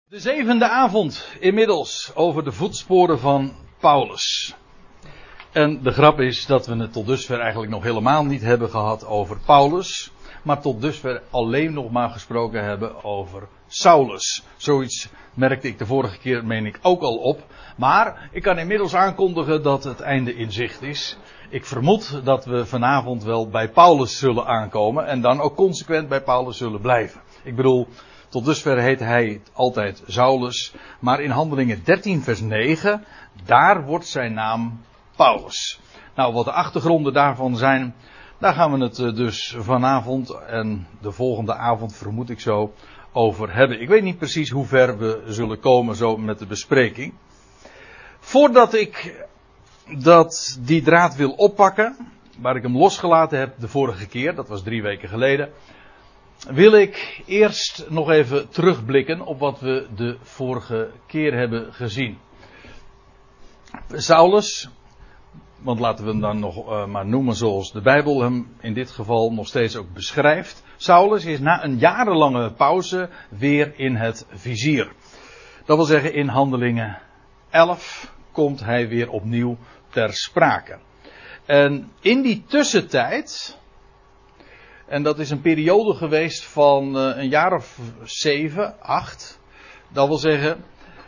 De zevende avond inmiddels over de voetsporen van Paulus. En de grap is dat we het tot dusver eigenlijk nog helemaal niet hebben gehad over Paulus. Maar tot dusver alleen nog maar gesproken hebben over Saulus. Zoiets merkte ik de vorige keer, meen ik, ook al op. Maar ik kan inmiddels aankondigen dat het einde in zicht is. Ik vermoed dat we vanavond wel bij Paulus zullen aankomen. En dan ook consequent bij Paulus zullen blijven. Ik bedoel, tot dusver heet hij altijd Saulus. Maar in Handelingen 13 vers 9, daar wordt zijn naam Paulus. Nou, wat de achtergronden daarvan zijn, daar gaan we het dus vanavond en de volgende avond, vermoed ik zo, over hebben. Ik weet niet precies hoe ver we zullen komen zo met de bespreking. Voordat ik die draad wil oppakken, waar ik hem losgelaten heb de vorige keer, dat was 3 weken geleden, wil ik eerst nog even terugblikken op wat we de vorige keer hebben gezien. Saulus, want laten we hem dan nog maar noemen zoals de Bijbel hem in dit geval nog steeds ook beschrijft. Saulus is na een jarenlange pauze weer in het vizier. Dat wil zeggen, in Handelingen 11 komt hij weer opnieuw ter sprake. En in die tussentijd, en dat is een periode geweest van een jaar of 7, 8, dat wil zeggen,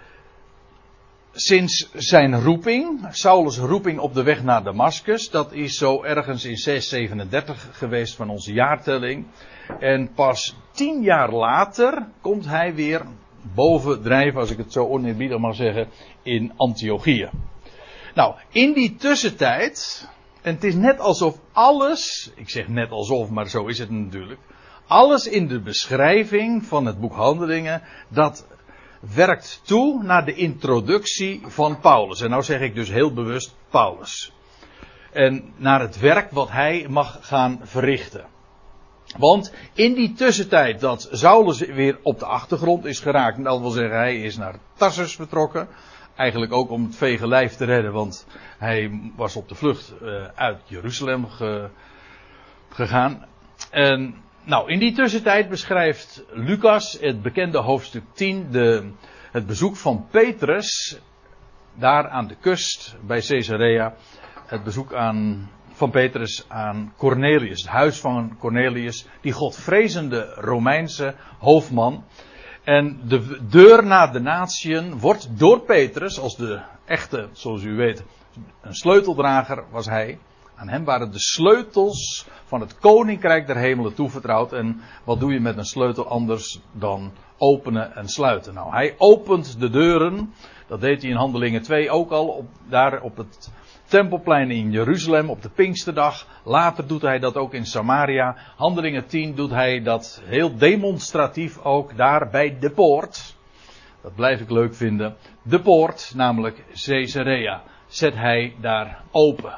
sinds zijn roeping, Saulus' roeping op de weg naar Damascus, dat is zo ergens in 637 geweest van onze jaartelling. En pas 10 jaar later komt hij weer bovendrijven, als ik het zo oneerbiedig mag zeggen, in Antiochië. Nou, in die tussentijd, en het is net alsof alles, ik zeg net alsof, maar zo is het natuurlijk, alles in de beschrijving van het boek Handelingen, dat werkt toe naar de introductie van Paulus. En nou zeg ik dus heel bewust Paulus. En naar het werk wat hij mag gaan verrichten. Want in die tussentijd dat Saulus weer op de achtergrond is geraakt, dat wil zeggen hij is naar Tarsus vertrokken. Eigenlijk ook om het vege lijf te redden, want hij was op de vlucht uit Jeruzalem gegaan. En nou, in die tussentijd beschrijft Lucas, het bekende hoofdstuk 10, het bezoek van Petrus, daar aan de kust bij Caesarea. Het bezoek van Petrus aan Cornelius, het huis van Cornelius, die godvrezende Romeinse hoofdman. En de deur naar de natieën wordt door Petrus, als de echte, zoals u weet, een sleuteldrager was hij. Aan hem waren de sleutels van het koninkrijk der hemelen toevertrouwd. En wat doe je met een sleutel anders dan openen en sluiten? Nou, hij opent de deuren. Dat deed hij in Handelingen 2 ook al. Daar op het Tempelplein in Jeruzalem op de Pinksterdag. Later doet hij dat ook in Samaria. Handelingen 10 doet hij dat heel demonstratief ook daar bij de poort. Dat blijf ik leuk vinden. De poort, namelijk Caesarea, zet hij daar open.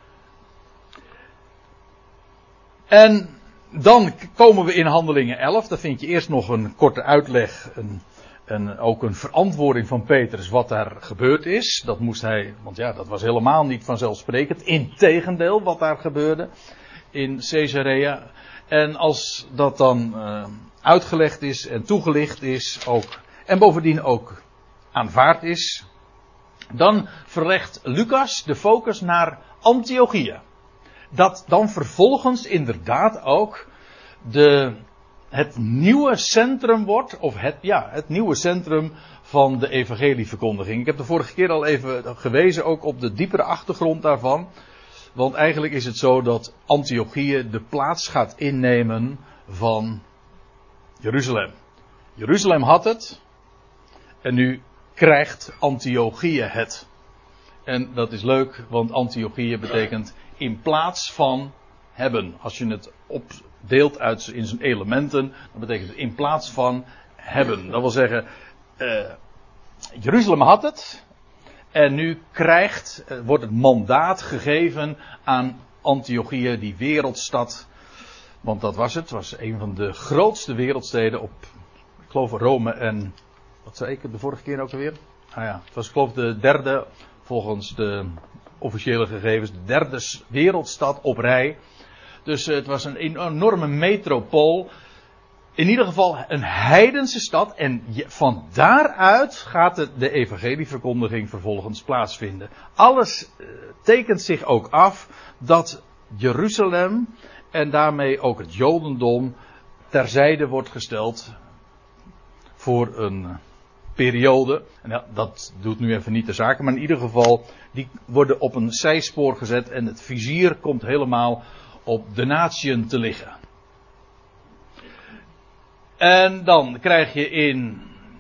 En dan komen we in Handelingen 11. Daar vind je eerst nog een korte uitleg. En ook een verantwoording van Petrus wat daar gebeurd is. Dat moest hij, want ja, dat was helemaal niet vanzelfsprekend. Integendeel wat daar gebeurde in Caesarea. En als dat dan uitgelegd is en toegelicht is ook. En bovendien ook aanvaard is. Dan verlegt Lucas de focus naar Antiochië. Dat dan vervolgens inderdaad ook het nieuwe centrum wordt, of het nieuwe centrum van de evangelieverkondiging. Ik heb de vorige keer al even gewezen ook op de diepere achtergrond daarvan. Want eigenlijk is het zo dat Antiochië de plaats gaat innemen van Jeruzalem. Jeruzalem had het en nu krijgt Antiochië het. En dat is leuk, want Antiochië betekent in plaats van hebben. Als je het opdeelt in zijn elementen, dan betekent het in plaats van hebben. Dat wil zeggen, Jeruzalem had het. En nu wordt het mandaat gegeven aan Antiochië, die wereldstad. Want dat was het. Het was een van de grootste wereldsteden ik geloof Rome en, wat zei ik de vorige keer ook alweer? Het was geloof ik de derde, volgens de officiële gegevens, de derde wereldstad op rij. Dus het was een enorme metropool. in ieder geval een heidense stad. En van daaruit gaat de evangelieverkondiging vervolgens plaatsvinden. Alles tekent zich ook af dat Jeruzalem en daarmee ook het Jodendom terzijde wordt gesteld voor een periode. En ja, dat doet nu even niet de zaken, maar in ieder geval, die worden op een zijspoor gezet en het vizier komt helemaal op de natieën te liggen. En dan krijg je in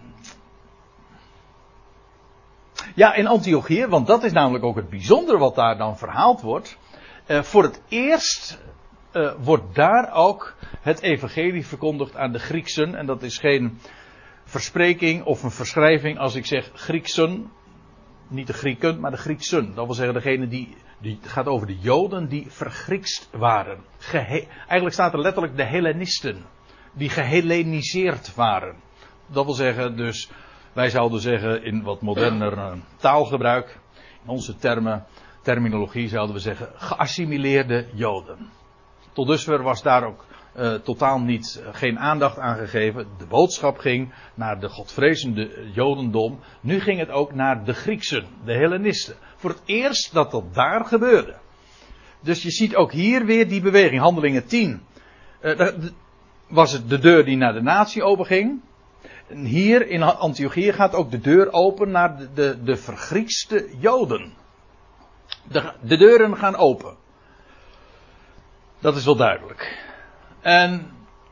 Antiochië, want dat is namelijk ook het bijzondere wat daar dan verhaald wordt. Voor het eerst wordt daar ook het evangelie verkondigd aan de Grieksen. En dat is geen verspreking of een verschrijving als ik zeg Grieksen. Niet de Grieken, maar de Grieksen. Dat wil zeggen degene die het gaat over de Joden die vergriekst waren. Eigenlijk staat er letterlijk de Hellenisten. Die gehelleniseerd waren. Dat wil zeggen dus, wij zouden zeggen in wat moderner taalgebruik, in onze terminologie zouden we zeggen geassimileerde Joden. Tot dusver was daar ook totaal geen aandacht aan gegeven. De boodschap ging naar de godvrezende Jodendom. Nu ging het ook naar de Grieksen, de Hellenisten. Voor het eerst dat dat daar gebeurde. Dus je ziet ook hier weer die beweging. Handelingen 10. Was het de deur die naar de natie openging. En hier in Antiochië gaat ook de deur open naar de vergriekste Joden. De deuren gaan open. Dat is wel duidelijk. En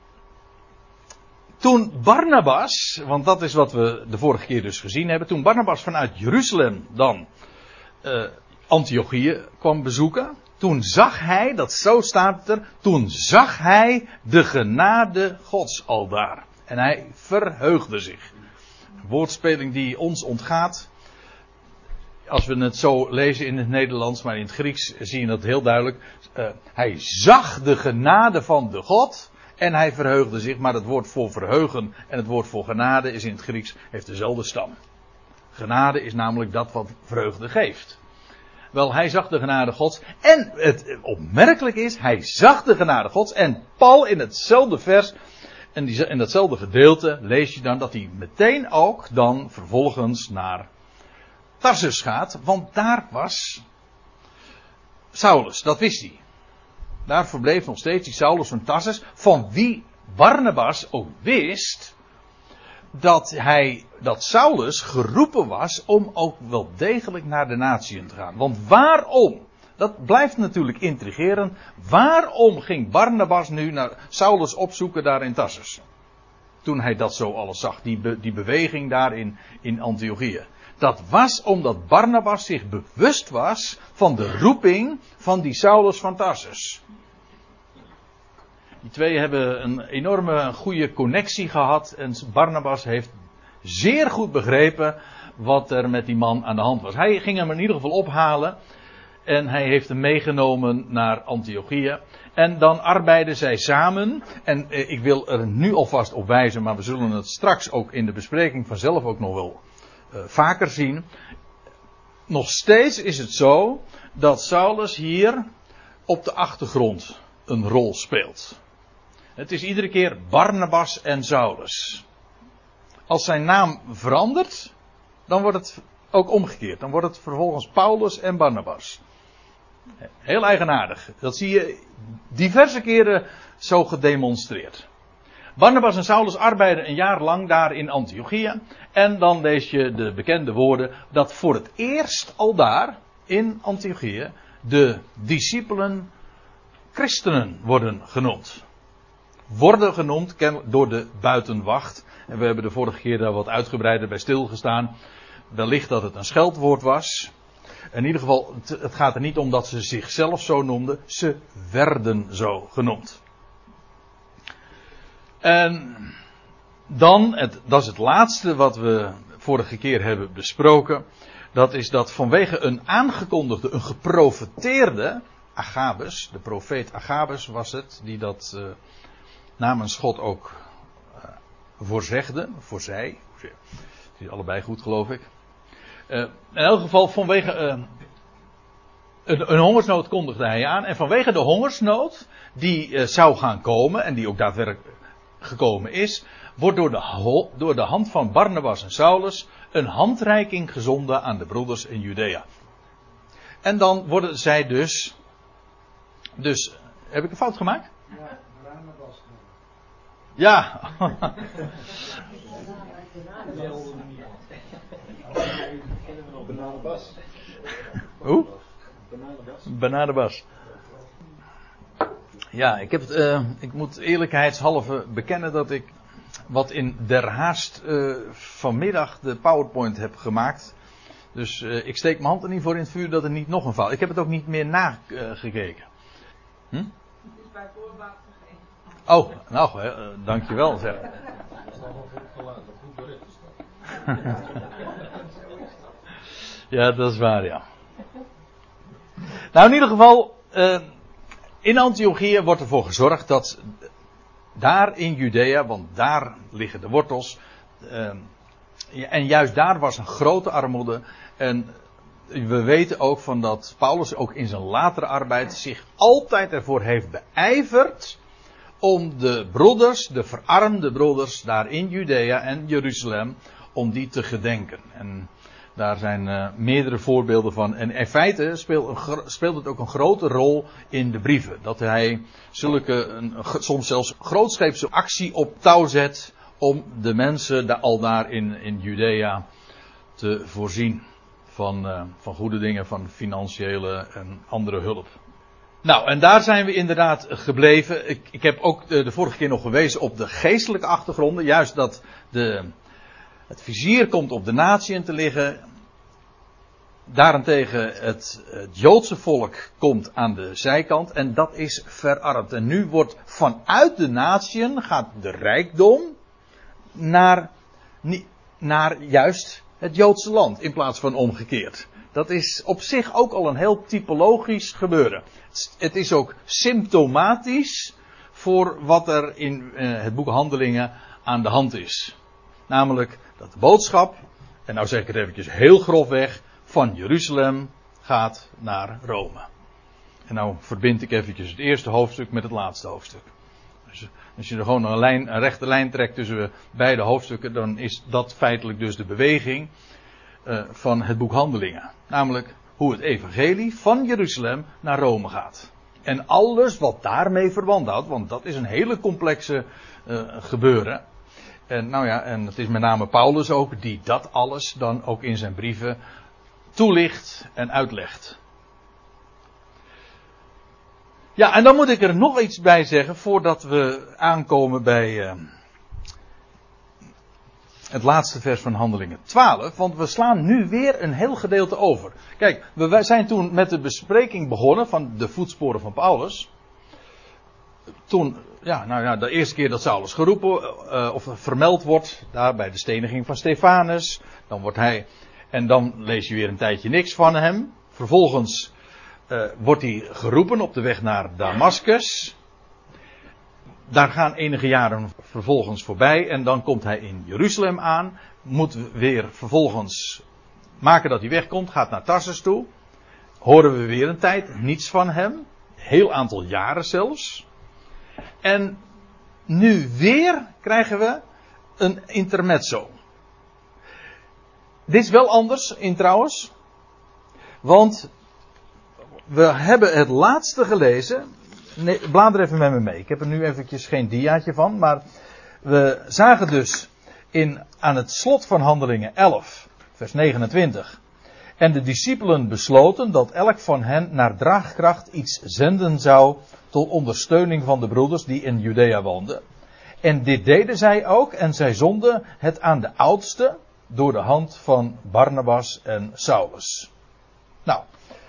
toen Barnabas, want dat is wat we de vorige keer dus gezien hebben. Toen Barnabas vanuit Jeruzalem dan Antiochië kwam bezoeken. Toen zag hij, dat zo staat het er, toen zag hij de genade Gods aldaar. En hij verheugde zich. Een woordspeling die ons ontgaat. Als we het zo lezen in het Nederlands, maar in het Grieks zie je dat heel duidelijk. Hij zag de genade van de God en hij verheugde zich. Maar het woord voor verheugen en het woord voor genade is in het Grieks, heeft dezelfde stam. Genade is namelijk dat wat vreugde geeft. Wel, hij zag de genade Gods. En het opmerkelijk is, hij zag de genade Gods. En Paul in hetzelfde vers, en in datzelfde gedeelte, lees je dan dat hij meteen ook dan vervolgens naar Tarsus gaat. Want daar was Saulus, dat wist hij. Daar verbleef nog steeds die Saulus van Tarsus, van wie Barnabas ook wist dat Saulus geroepen was om ook wel degelijk naar de natieën te gaan. Want waarom? Dat blijft natuurlijk intrigerend. Waarom ging Barnabas nu naar Saulus opzoeken daar in Tarsus? Toen hij dat zo alles zag, die beweging daar in Antiochië. Dat was omdat Barnabas zich bewust was van de roeping van die Saulus van Tarsus. Die twee hebben een enorme goede connectie gehad. En Barnabas heeft zeer goed begrepen wat er met die man aan de hand was. Hij ging hem in ieder geval ophalen. En hij heeft hem meegenomen naar Antiochië. En dan arbeiden zij samen. En ik wil er nu alvast op wijzen, maar we zullen het straks ook in de bespreking vanzelf ook nog wel vaker zien. Nog steeds is het zo dat Saulus hier op de achtergrond een rol speelt. Het is iedere keer Barnabas en Saulus. Als zijn naam verandert, dan wordt het ook omgekeerd. Dan wordt het vervolgens Paulus en Barnabas. Heel eigenaardig. Dat zie je diverse keren zo gedemonstreerd. Barnabas en Saulus arbeiden een jaar lang daar in Antiochië. En dan lees je de bekende woorden dat voor het eerst al daar in Antiochië de discipelen christenen worden genoemd. Worden genoemd door de buitenwacht. En we hebben de vorige keer daar wat uitgebreider bij stilgestaan. Wellicht dat het een scheldwoord was. In ieder geval, het gaat er niet om dat ze zichzelf zo noemden. Ze werden zo genoemd. En dan, dat is het laatste wat we vorige keer hebben besproken. Dat is dat vanwege een aangekondigde, een geprofeteerde Agabus, de profeet Agabus was het, die dat namens God ook voorzei. Het is allebei goed, geloof ik. In elk geval vanwege een hongersnood kondigde hij aan. En vanwege de hongersnood die zou gaan komen en die ook daadwerkelijk gekomen is, wordt door de hand van Barnabas en Saulus een handreiking gezonden aan de broeders in Judea. En dan worden zij dus, heb ik een fout gemaakt? Ja, Barnabas. Ja. Barnabas. Hoe? Barnabas. Barnabas. Ja, ik moet eerlijkheidshalve bekennen dat ik wat in der haast vanmiddag de PowerPoint heb gemaakt. Dus ik steek mijn hand er niet voor in het vuur dat er niet nog een fout. Ik heb het ook niet meer nagekeken. Het is bij voorbaat vergeten. Oh, nou, dankjewel zeg. Ja, dat is waar, ja. Nou, in ieder geval, in Antiochië wordt ervoor gezorgd dat daar in Judea, want daar liggen de wortels, en juist daar was een grote armoede. En we weten ook van dat Paulus ook in zijn latere arbeid zich altijd ervoor heeft beijverd om de broeders, de verarmde broeders daar in Judea en Jeruzalem, om die te gedenken. En daar zijn meerdere voorbeelden van. En in feite speelt het ook een grote rol in de brieven. Dat hij soms zelfs grootscheepse actie op touw zet om de mensen al daar in Judea te voorzien van goede dingen, van financiële en andere hulp. Nou, en daar zijn we inderdaad gebleven. Ik heb ook de vorige keer nog gewezen op de geestelijke achtergronden. Juist dat het vizier komt op de natieën te liggen. Daarentegen het Joodse volk komt aan de zijkant. En dat is verarmd. En nu wordt vanuit de natieën gaat de rijkdom naar juist het Joodse land. In plaats van omgekeerd. Dat is op zich ook al een heel typologisch gebeuren. Het is ook symptomatisch voor wat er in het boek Handelingen aan de hand is. Namelijk dat de boodschap, en nou zeg ik het eventjes heel grofweg, van Jeruzalem gaat naar Rome. En nou verbind ik eventjes het eerste hoofdstuk met het laatste hoofdstuk. Dus als je er gewoon een rechte lijn trekt tussen beide hoofdstukken, dan is dat feitelijk dus de beweging van het boek Handelingen. Namelijk hoe het evangelie van Jeruzalem naar Rome gaat. En alles wat daarmee verband houdt, want dat is een hele complexe gebeuren. En nou ja, en het is met name Paulus ook die dat alles dan ook in zijn brieven toelicht en uitlegt. Ja, en dan moet ik er nog iets bij zeggen voordat we aankomen bij het laatste vers van Handelingen 12. Want we slaan nu weer een heel gedeelte over. Kijk, wij zijn toen met de bespreking begonnen van de voetsporen van Paulus. Toen, de eerste keer dat Saulus geroepen of vermeld wordt, daar bij de steniging van Stefanus. Dan wordt hij, en dan lees je weer een tijdje niks van hem. Vervolgens wordt hij geroepen op de weg naar Damascus. Daar gaan enige jaren vervolgens voorbij en dan komt hij in Jeruzalem aan. Moet weer vervolgens maken dat hij wegkomt, gaat naar Tarsus toe. Horen we weer een tijd niets van hem. Heel aantal jaren zelfs. En nu weer krijgen we een intermezzo. Dit is wel anders trouwens. Want we hebben het laatste gelezen. Nee, blader even met me mee. Ik heb er nu eventjes geen diaatje van. Maar we zagen dus aan het slot van Handelingen 11, vers 29. En de discipelen besloten dat elk van hen naar draagkracht iets zenden zou tot ondersteuning van de broeders die in Judea woonden. En dit deden zij ook en zij zonden het aan de oudste door de hand van Barnabas en Saulus. Nou.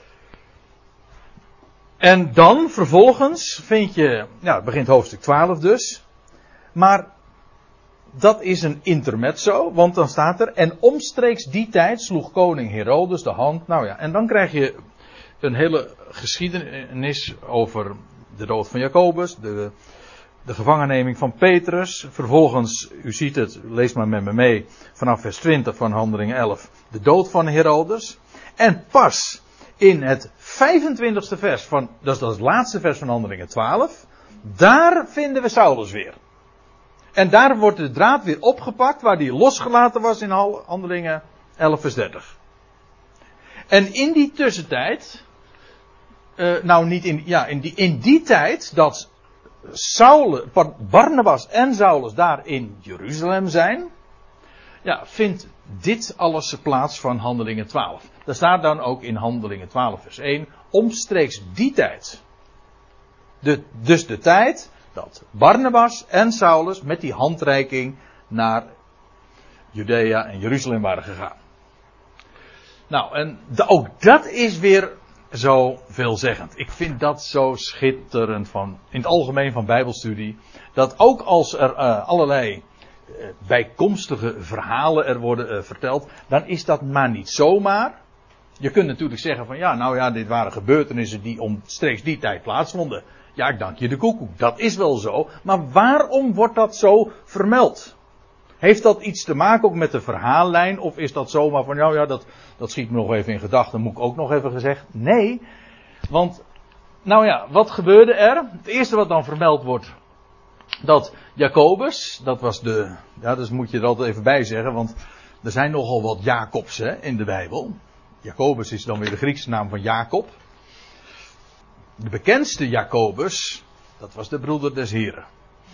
En dan vervolgens vind je, het begint hoofdstuk 12 dus. Maar dat is een intermezzo, want dan staat er, en omstreeks die tijd sloeg koning Herodes de hand. En dan krijg je een hele geschiedenis over de dood van Jacobus, de gevangenneming van Petrus. Vervolgens, u ziet het, lees maar met me mee, vanaf vers 20 van Handelingen 11, de dood van Herodes. En pas in het 25e vers dat is het laatste vers van Handelingen 12, daar vinden we Saulus weer. En daar wordt de draad weer opgepakt waar die losgelaten was in Handelingen 11 vers 30. En in die tussentijd, in die tijd dat Barnabas en Saulus daar in Jeruzalem zijn, vindt dit alles plaats van Handelingen 12. Daar staat dan ook in Handelingen 12 vers 1, omstreeks die tijd. Dus de tijd dat Barnabas en Saulus met die handreiking naar Judea en Jeruzalem waren gegaan. Nou, en ook dat is weer zo veelzeggend. Ik vind dat zo schitterend in het algemeen van Bijbelstudie. Dat ook als er allerlei bijkomstige verhalen er worden verteld, dan is dat maar niet zomaar. Je kunt natuurlijk zeggen van dit waren gebeurtenissen die omstreeks die tijd plaatsvonden. Ja, ik dank je de koekoek. Dat is wel zo. Maar waarom wordt dat zo vermeld? Heeft dat iets te maken ook met de verhaallijn? Of is dat zomaar van dat schiet me nog even in gedachten, moet ik ook nog even gezegd? Nee. Want, wat gebeurde er? Het eerste wat dan vermeld wordt, dat Jacobus, dat was dus moet je er altijd even bij zeggen, want er zijn nogal wat Jacobs in de Bijbel. Jacobus is dan weer de Griekse naam van Jacob. De bekendste Jacobus, dat was de broeder des Heren.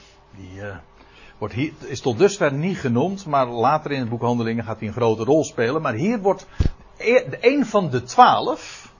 Die is tot dusver niet genoemd, maar later in het boek Handelingen gaat hij een grote rol spelen. Maar hier wordt een van de 12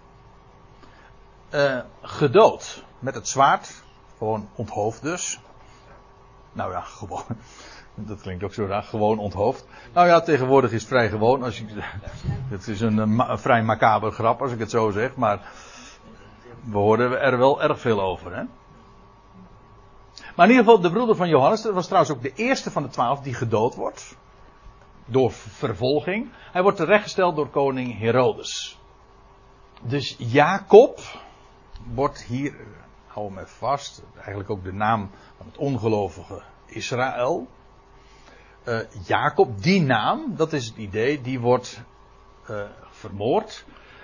gedood. Met het zwaard, gewoon onthoofd dus. Gewoon. Dat klinkt ook zo raar, gewoon onthoofd. Tegenwoordig is het vrij gewoon. Het is een vrij macaber grap als ik het zo zeg, maar we horen er wel erg veel over, hè. Maar in ieder geval, de broeder van Johannes, dat was trouwens ook de eerste van de 12 die gedood wordt. Door vervolging. Hij wordt terechtgesteld door koning Herodes. Dus Jacob wordt hier, hou hem even vast, eigenlijk ook de naam van het ongelovige Israël. Jacob, die naam, dat is het idee, die wordt vermoord.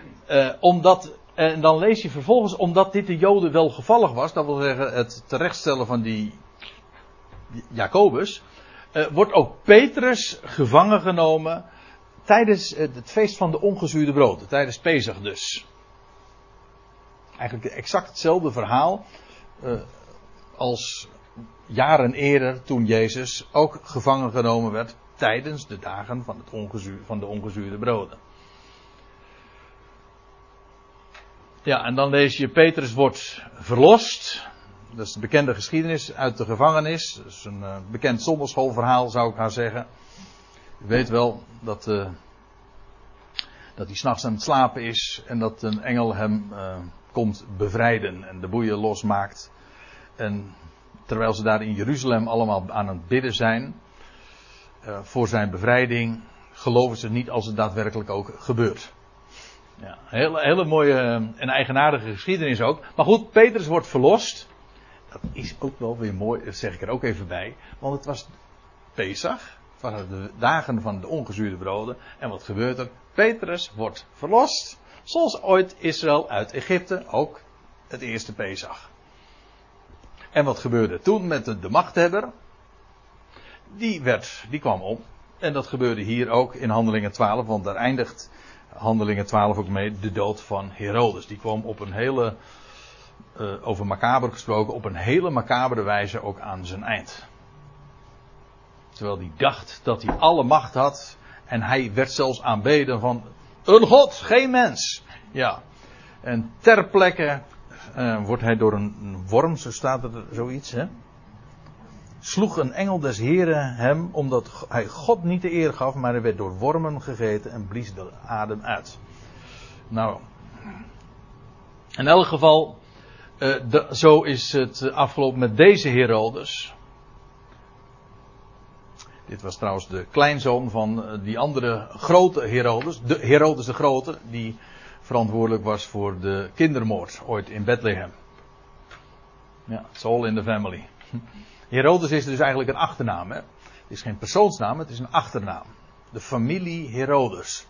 En dan lees je vervolgens, omdat dit de Joden wel gevallig was, dat wil zeggen het terechtstellen van die Jacobus, wordt ook Petrus gevangen genomen tijdens het feest van de ongezuurde broden, tijdens Pesach dus. Eigenlijk exact hetzelfde verhaal als jaren eerder toen Jezus ook gevangen genomen werd tijdens de dagen van de ongezuurde broden. Ja, en dan lees je, Petrus wordt verlost. Dat is de bekende geschiedenis uit de gevangenis. Dat is een bekend zondagschoolverhaal, zou ik haar zeggen. U weet wel dat hij 's nachts aan het slapen is en dat een engel hem komt bevrijden en de boeien losmaakt. En terwijl ze daar in Jeruzalem allemaal aan het bidden zijn voor zijn bevrijding, geloven ze niet als het daadwerkelijk ook gebeurt. Ja, hele mooie en eigenaardige geschiedenis ook. Maar goed, Petrus wordt verlost. Dat is ook wel weer mooi, dat zeg ik er ook even bij. Want het was Pesach. Het waren de dagen van de ongezuurde broden. En wat gebeurt er? Petrus wordt verlost. Zoals ooit Israël uit Egypte, ook het eerste Pesach. En wat gebeurde toen met de machthebber? Die kwam om. En dat gebeurde hier ook in Handelingen 12, want daar eindigt Handelingen 12 ook mee, de dood van Herodes. Die kwam op een hele, over macaber gesproken, op een hele macabere wijze ook aan zijn eind. Terwijl hij dacht dat hij alle macht had. En hij werd zelfs aanbeden van een god, geen mens. Ja. En ter plekke wordt hij door een worm, zo staat er zoiets, hè. Sloeg een engel des Heren hem, omdat hij God niet de eer gaf, maar hij werd door wormen gegeten en blies de adem uit. Nou, in elk geval, zo is het afgelopen met deze Herodes. Dit was trouwens de kleinzoon van die andere grote Herodes, de Herodes de Grote, die verantwoordelijk was voor de kindermoord ooit in Bethlehem. Ja, it's all in the family. Herodes is dus eigenlijk een achternaam. Hè? Het is geen persoonsnaam, het is een achternaam. De familie Herodes.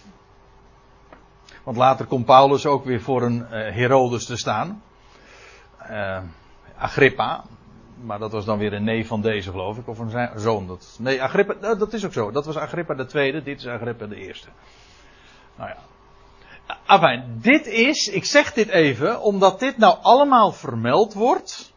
Want later komt Paulus ook weer voor een Herodes te staan. Agrippa. Maar dat was dan weer een neef van deze, geloof ik. Of een zoon. Nee, Agrippa, dat is ook zo. Dat was Agrippa de tweede. Dit is Agrippa de eerste. Nou ja. Afijn, dit is, ik zeg dit even, omdat dit nou allemaal vermeld wordt.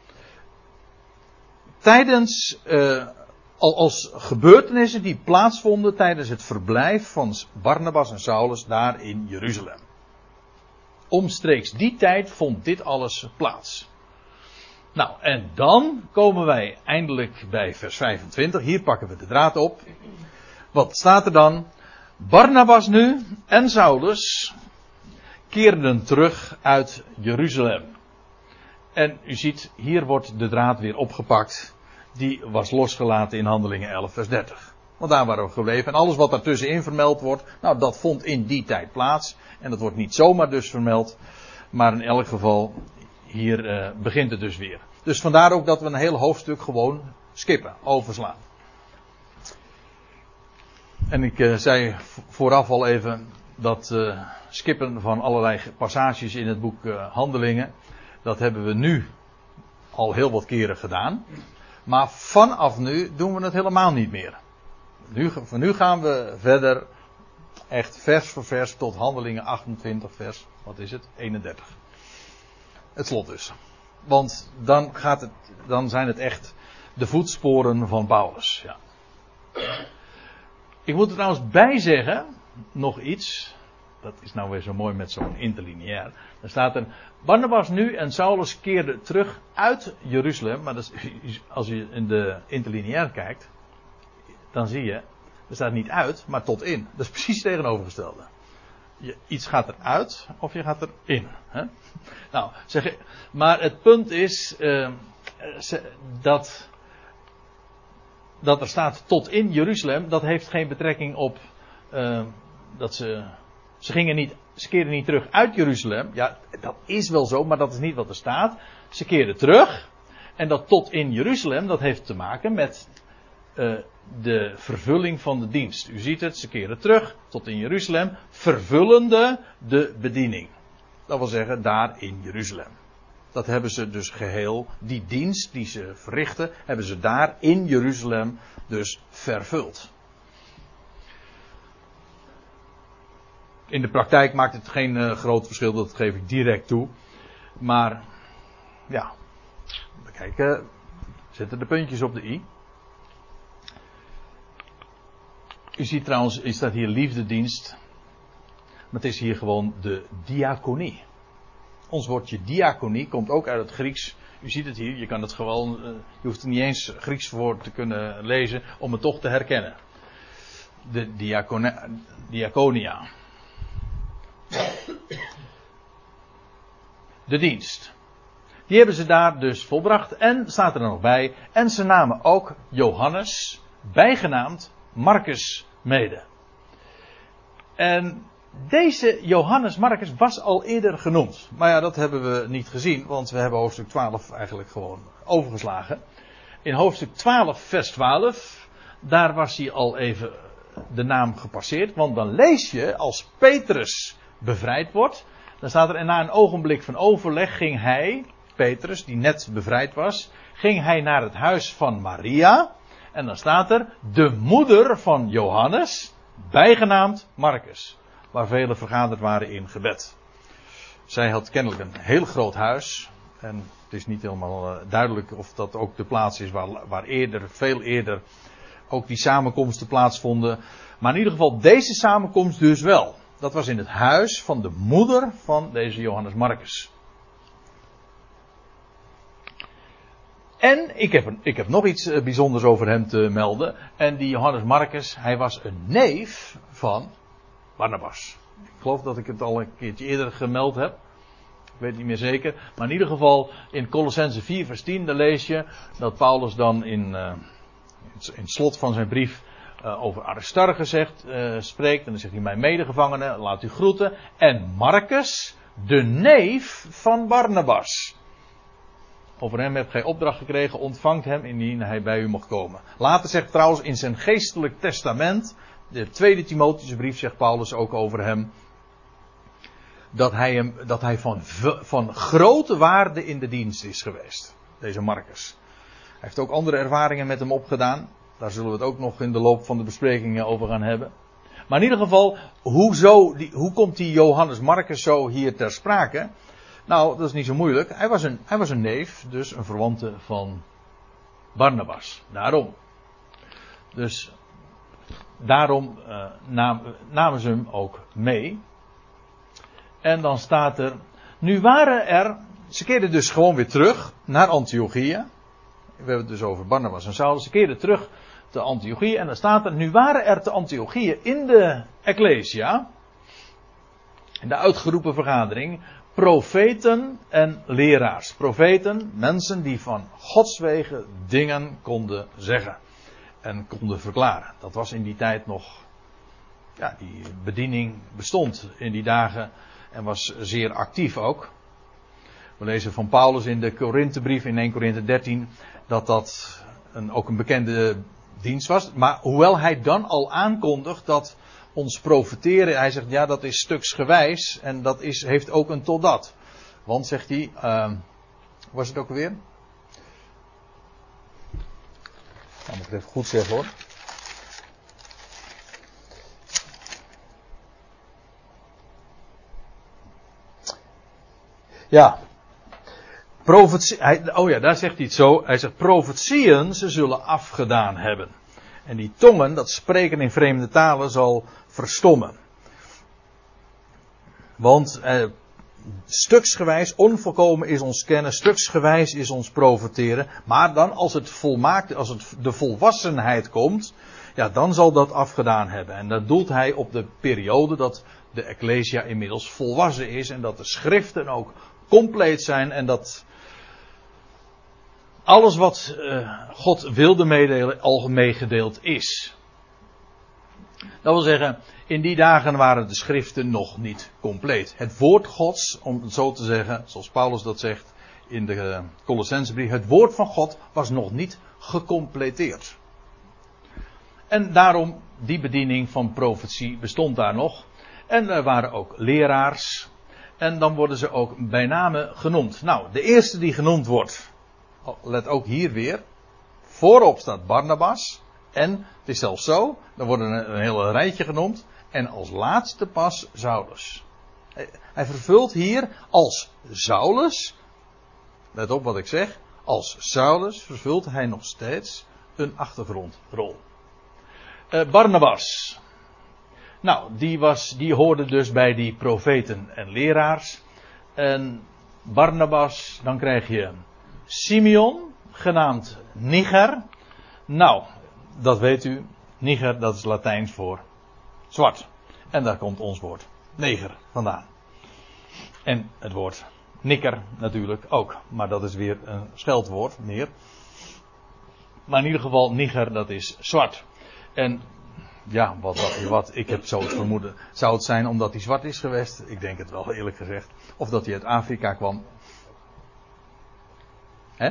Tijdens, als gebeurtenissen die plaatsvonden tijdens het verblijf van Barnabas en Saulus daar in Jeruzalem. Omstreeks die tijd vond dit alles plaats. Nou, en dan komen wij eindelijk bij vers 25. Hier pakken we de draad op. Wat staat er dan? Barnabas nu en Saulus keerden terug uit Jeruzalem. En u ziet, hier wordt de draad weer opgepakt. Die was losgelaten in Handelingen 11 vers 30. Want daar waren we gebleven. En alles wat daartussenin vermeld wordt, nou dat vond in die tijd plaats. En dat wordt niet zomaar dus vermeld. Maar in elk geval, hier begint het dus weer. Dus vandaar ook dat we een heel hoofdstuk gewoon skippen, overslaan. En ik zei vooraf al even dat skippen van allerlei passages in het boek Handelingen, dat hebben we nu al heel wat keren gedaan. Maar vanaf nu doen we het helemaal niet meer. Van nu gaan we verder, echt vers voor vers, tot Handelingen 28 vers, wat is het? 31. Het slot dus. Want dan zijn het echt de voetsporen van Paulus. Ja. Ik moet er trouwens bij zeggen, nog iets. Dat is nou weer zo mooi met zo'n interlineair. Er staat er, Barnabas nu en Saulus keerden terug uit Jeruzalem. Maar dat is, als je in de interlineair kijkt, dan zie je, er staat niet uit, maar tot in. Dat is precies het tegenovergestelde. Iets gaat eruit of je gaat erin. Hè? Nou, maar het punt is dat er staat tot in Jeruzalem. Dat heeft geen betrekking op dat ze keerden niet terug uit Jeruzalem. Ja, dat is wel zo, maar dat is niet wat er staat. Ze keerden terug. En dat tot in Jeruzalem, dat heeft te maken met de vervulling van de dienst. U ziet het, ze keren terug tot in Jeruzalem, vervullende de bediening. Dat wil zeggen, daar in Jeruzalem. Dat hebben ze dus geheel, die dienst die ze verrichten, hebben ze daar in Jeruzalem dus vervuld. In de praktijk maakt het geen groot verschil, dat geef ik direct toe. Maar, ja, we kijken, zetten de puntjes op de i. U ziet trouwens, is dat hier liefdedienst. Maar het is hier gewoon de diaconie. Ons woordje diaconie komt ook uit het Grieks. U ziet het hier, je kan het gewoon, je hoeft er niet eens Grieks voor te kunnen lezen om het toch te herkennen. De diaconia. De dienst. Die hebben ze daar dus volbracht. En staat er dan nog bij. En ze namen ook Johannes, bijgenaamd Marcus, mede. En deze Johannes Marcus was al eerder genoemd. Maar ja, dat hebben we niet gezien. Want we hebben hoofdstuk 12 eigenlijk gewoon overgeslagen. In hoofdstuk 12 vers 12. Daar was hij al even de naam gepasseerd. Want dan lees je, als Petrus bevrijd wordt. Dan staat er, en na een ogenblik van overleg ging hij, Petrus, die net bevrijd was, ging hij naar het huis van Maria. En dan staat er, de moeder van Johannes, bijgenaamd Marcus. Waar velen vergaderd waren in gebed. Zij had kennelijk een heel groot huis. En het is niet helemaal duidelijk of dat ook de plaats is waar veel eerder, ook die samenkomsten plaatsvonden. Maar in ieder geval deze samenkomst dus wel. Dat was in het huis van de moeder van deze Johannes Marcus. En ik heb nog iets bijzonders over hem te melden. En die Johannes Marcus, hij was een neef van Barnabas. Ik geloof dat ik het al een keertje eerder gemeld heb. Ik weet niet meer zeker. Maar in ieder geval in Colossenzen 4 vers 10, daar lees je dat Paulus dan in het slot van zijn brief over Aristarchus spreekt. En dan zegt hij, mijn medegevangene, laat u groeten. En Marcus, de neef van Barnabas. Over hem hebt gij opdracht gekregen, ontvangt hem indien hij bij u mocht komen. Later zegt trouwens in zijn geestelijk testament, de tweede Timotheusbrief zegt Paulus ook over hem, dat hij van grote waarde in de dienst is geweest. Deze Marcus. heeft ook andere ervaringen met hem opgedaan. Daar zullen we het ook nog in de loop van de besprekingen over gaan hebben. Maar in ieder geval, hoe komt die Johannes Marcus zo hier ter sprake? Nou, dat is niet zo moeilijk. Hij was een neef, dus een verwante van Barnabas. Daarom. Dus daarom namen ze hem ook mee. En dan staat er, ze keerden dus gewoon weer terug naar Antiochië. We hebben het dus over Barnabas en Saulus. Ze keerden terug te Antiochië en dan staat er, nu waren er te Antiochië in de Ecclesia, in de uitgeroepen vergadering, profeten en leraars. Profeten, mensen die van Gods wegen dingen konden zeggen en konden verklaren. Dat was in die tijd nog, ja, die bediening bestond in die dagen en was zeer actief ook. We lezen van Paulus in de Korinthebrief in 1 Korinthe 13 dat ook een bekende dienst was. Maar hoewel hij dan al aankondigt dat ons profeteren, hij zegt ja, dat is stuksgewijs en dat heeft ook een totdat. Want zegt hij, was het ook weer? Dan moet ik het even goed zeggen hoor. Ja. Daar zegt hij het zo. Hij zegt, profetieën ze zullen afgedaan hebben. En die tongen, dat spreken in vreemde talen, zal verstommen. Want stuksgewijs, onvolkomen is ons kennen, stuksgewijs is ons profeteren. Maar dan als het volmaakt, als het de volwassenheid komt, ja, dan zal dat afgedaan hebben. En dan doelt hij op de periode dat de Ecclesia inmiddels volwassen is en dat de schriften ook compleet zijn en dat alles wat God wilde meedelen al meegedeeld is. Dat wil zeggen, in die dagen waren de schriften nog niet compleet. Het woord Gods, om het zo te zeggen, zoals Paulus dat zegt in de Colossensebrief, het woord van God was nog niet gecompleteerd. En daarom, die bediening van profetie bestond daar nog. En er waren ook leraars. En dan worden ze ook bij name genoemd. Nou, de eerste die genoemd wordt, let ook hier weer, voorop staat Barnabas. En het is zelfs zo, er worden een hele rijtje genoemd. En als laatste pas Saulus. Hij vervult hier als Saulus, let op wat ik zeg, als Saulus vervult hij nog steeds een achtergrondrol. Barnabas. Nou, die hoorde dus bij die profeten en leraars. En Barnabas, dan krijg je Simeon, genaamd Niger. Nou, dat weet u. Niger, dat is Latijns voor zwart. En daar komt ons woord neger vandaan. En het woord nikker natuurlijk ook. Maar dat is weer een scheldwoord, meer. Maar in ieder geval, Niger, dat is zwart. En ja, ik heb zo het vermoeden. Zou het zijn omdat hij zwart is geweest? Ik denk het wel, eerlijk gezegd. Of dat hij uit Afrika kwam. Hè?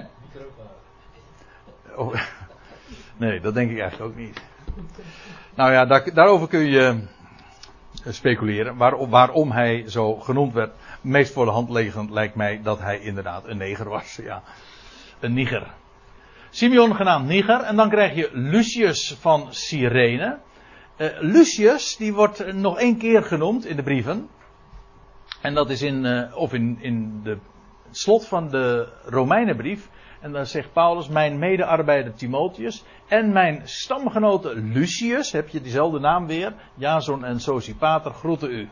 Oh, nee, dat denk ik eigenlijk ook niet. Nou ja, daarover kun je speculeren. Waarom hij zo genoemd werd. Meest voor de hand liggend lijkt mij dat hij inderdaad een neger was. Ja, een Niger. Simeon genaamd Niger. En dan krijg je Lucius van Cyrene. Lucius, die wordt nog 1 keer genoemd in de brieven. En dat is in de slot van de Romeinenbrief. En dan zegt Paulus, mijn medearbeider Timotheus en mijn stamgenote Lucius, heb je diezelfde naam weer, Jason en Sosipater, groeten u.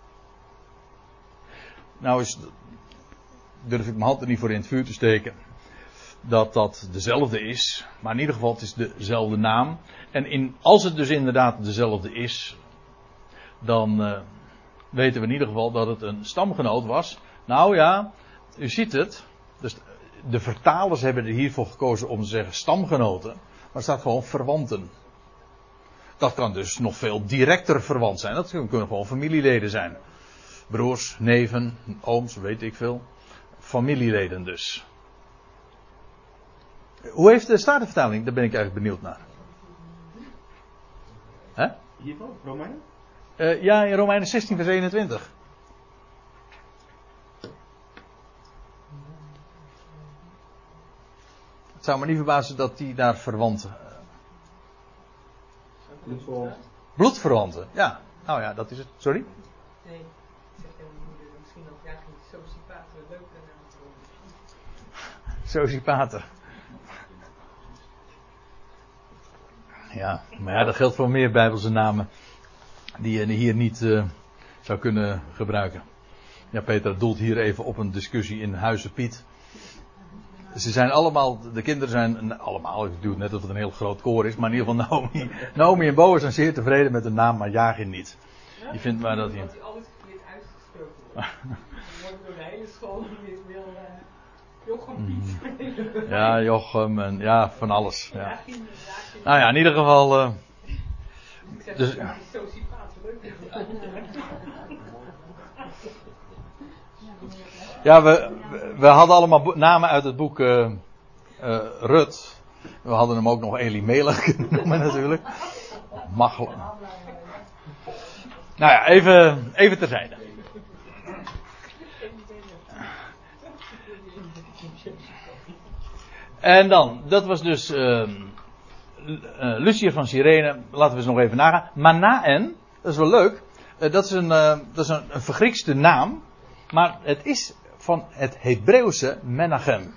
Nou durf ik mijn hand er niet voor in het vuur te steken dat dat dezelfde is, maar in ieder geval het is dezelfde naam. En als het dus inderdaad dezelfde is, dan weten we in ieder geval dat het een stamgenoot was. Nou ja, u ziet het, dus de vertalers hebben er hiervoor gekozen om te zeggen stamgenoten, maar er staat gewoon verwanten. Dat kan dus nog veel directer verwant zijn, dat kunnen gewoon familieleden zijn. Broers, neven, ooms, weet ik veel. Familieleden dus. Hoe heeft de Statenvertaling? Daar ben ik eigenlijk benieuwd naar. Hè? Hiervan? Romeinen? Ja, in Romeinen 16 vers 21. Het zou me niet verbazen dat die daar verwanten. Bloedverwanten, ja. Nou ja, dat is het. Sorry? Nee, ik zeg tegen mijn moeder, misschien ook eigenlijk Sosipater een leuke naam te worden. Sosipater. Ja, maar ja, dat geldt voor meer Bijbelse namen die je hier niet zou kunnen gebruiken. Ja, Peter doelt hier even op een discussie in Huize Piet. Ze zijn allemaal, de kinderen zijn allemaal, ik doe het net alsof het een heel groot koor is, maar in ieder geval Naomi en Boas zijn zeer tevreden met de naam, maar Jagin niet. Die vindt maar dat hij... Dat hij alles verkeerd uitgesproken wordt. Dan wordt door de hele school weer wil Jochem Piet. Ja, Jochem en ja, van alles. Ja. Nou ja, in ieder geval... Ik zeg dus, dat is Sosipater leuk. ja, we hadden allemaal namen uit het boek Rut. We hadden hem ook nog Elimelech kunnen noemen natuurlijk. Machelen. Nou ja, even terzijde. En dan, dat was dus Lucia van Cyrene. Laten we eens nog even nagaan. Manaen, dat is wel leuk. Dat is een vergriekste naam. Maar het is van het Hebreeuwse Menachem.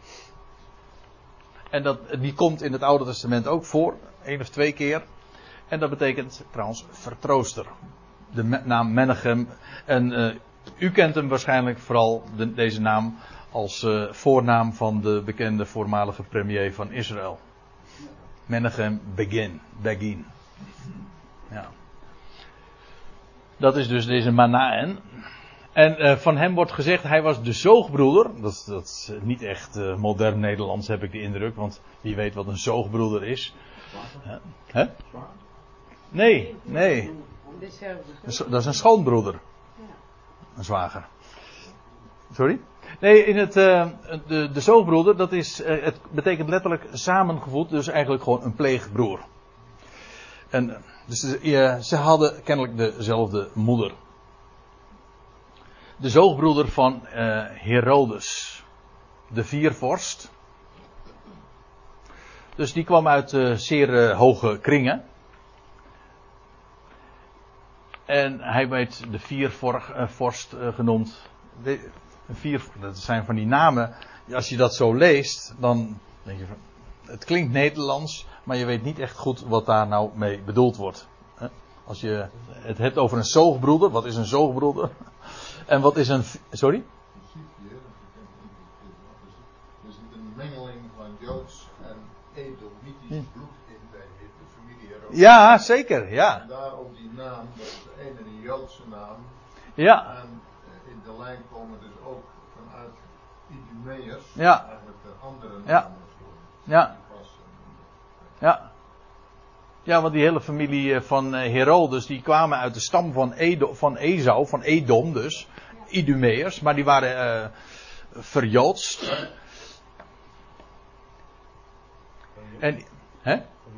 En die komt in het Oude Testament ook voor. 1 of 2 keer. En dat betekent trouwens vertrooster. De naam Menachem. En u kent hem waarschijnlijk vooral deze naam als voornaam van de bekende voormalige premier van Israël. Menachem Begin. Ja. Dat is dus deze Manaen. En van hem wordt gezegd, hij was de zoogbroeder. Dat is niet echt modern Nederlands, heb ik de indruk. Want wie weet wat een zoogbroeder is. Hè? Nee. Dat is een schoonbroeder. Een zwager. Sorry? Nee, in de zoogbroeder, dat is, het betekent letterlijk samengevoed. Dus eigenlijk gewoon een pleegbroer. En dus ze hadden kennelijk dezelfde moeder. De zoogbroeder van Herodes, de viervorst. Dus die kwam uit zeer hoge kringen. En hij werd de viervorst genoemd. Dat zijn van die namen. Als je dat zo leest, dan denk je van, het klinkt Nederlands, maar je weet niet echt goed wat daar nou mee bedoeld wordt. Als je het hebt over een zoogbroeder, wat is een zoogbroeder? En wat is een... Sorry? Er zit een mengeling van Joods en Edomitisch bloed in bij de familie Herodes. Ja, zeker, ja. En daar ook die naam, dat is de ene een Joodse naam. Ja. En in de lijn komen dus ook vanuit Idumeërs, Ja. eigenlijk de andere naam. Ja. Ja. Ja. Ja, want die hele familie van Herodes, die kwamen uit de stam van Esau, van Edom dus. Idumeërs, maar die waren verjoodst. En, hè?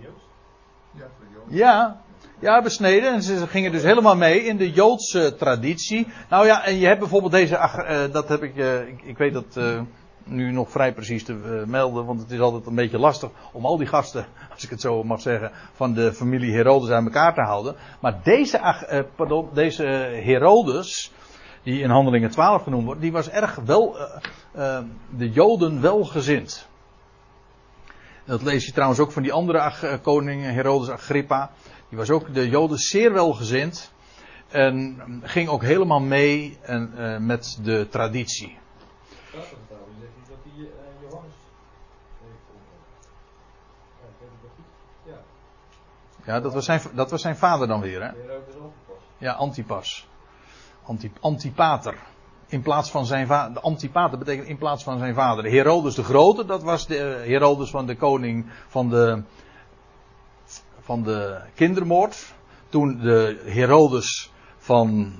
Ja, besneden. En ze gingen dus helemaal mee in de Joodse traditie. Nou ja, en je hebt bijvoorbeeld deze, dat heb ik weet dat nu nog vrij precies te melden, want het is altijd een beetje lastig om al die gasten, als ik het zo mag zeggen, van de familie Herodes aan elkaar te houden. Maar deze Herodes, die in Handelingen 12 genoemd wordt, die was erg wel, de Joden welgezind. Dat lees je trouwens ook van die andere koning Herodes Agrippa. Die was ook de Joden zeer welgezind. En ging ook helemaal mee met de traditie. Ja, dat was zijn vader dan weer, hè? Ja, Antipas. Antipater. In plaats van zijn vader. Antipater betekent in plaats van zijn vader. Herodes de Grote, dat was de Herodes van de koning van de kindermoord. Toen de Herodes van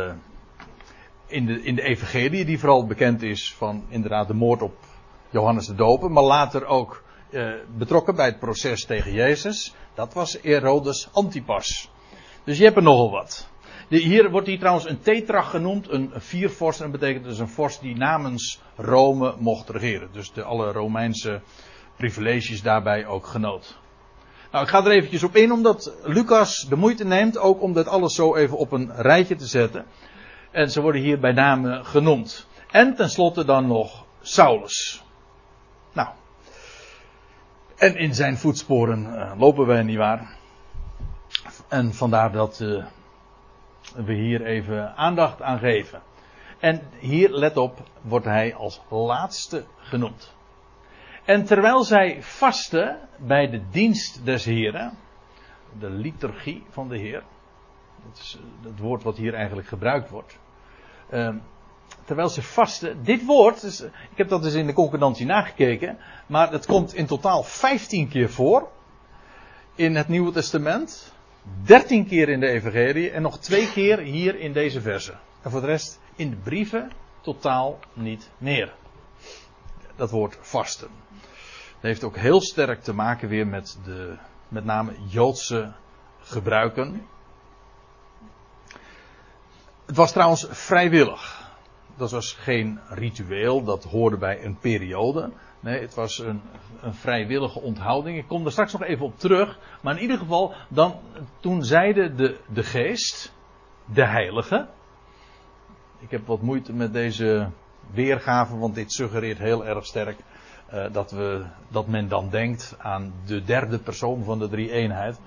in de evangelie, die vooral bekend is van inderdaad de moord op Johannes de Doper, maar later ook betrokken bij het proces tegen Jezus. Dat was Herodes Antipas. Dus je hebt er nogal wat. Hier wordt hier trouwens een tetrach genoemd, een viervorst. En dat betekent dus een vorst die namens Rome mocht regeren. Dus alle Romeinse privileges daarbij ook genoot. Nou, ik ga er eventjes op in, omdat Lucas de moeite neemt ook om dat alles zo even op een rijtje te zetten. En ze worden hier bij name genoemd. En tenslotte dan nog Saulus. Nou. En in zijn voetsporen lopen wij nietwaar. En vandaar dat we hier even aandacht aan geven. En hier, let op, wordt hij als laatste genoemd. En terwijl zij vasten bij de dienst des Heren, de liturgie van de Heer, dat is het woord wat hier eigenlijk gebruikt wordt. Terwijl ze vasten, dit woord, dus, ik heb dat dus in de concordantie nagekeken, maar het komt in totaal 15 keer voor in het Nieuwe Testament, 13 keer in de Evangelie en nog 2 keer hier in deze verse. En voor de rest in de brieven totaal niet meer. Dat woord vasten. Dat heeft ook heel sterk te maken weer met name Joodse gebruiken. Het was trouwens vrijwillig. Dat was geen ritueel, dat hoorde bij een periode. Nee, het was een vrijwillige onthouding. Ik kom er straks nog even op terug. Maar in ieder geval, toen zeide de geest, de heilige. Ik heb wat moeite met deze weergave, want dit suggereert heel erg sterk dat men dan denkt aan de derde persoon van de drie-eenheid.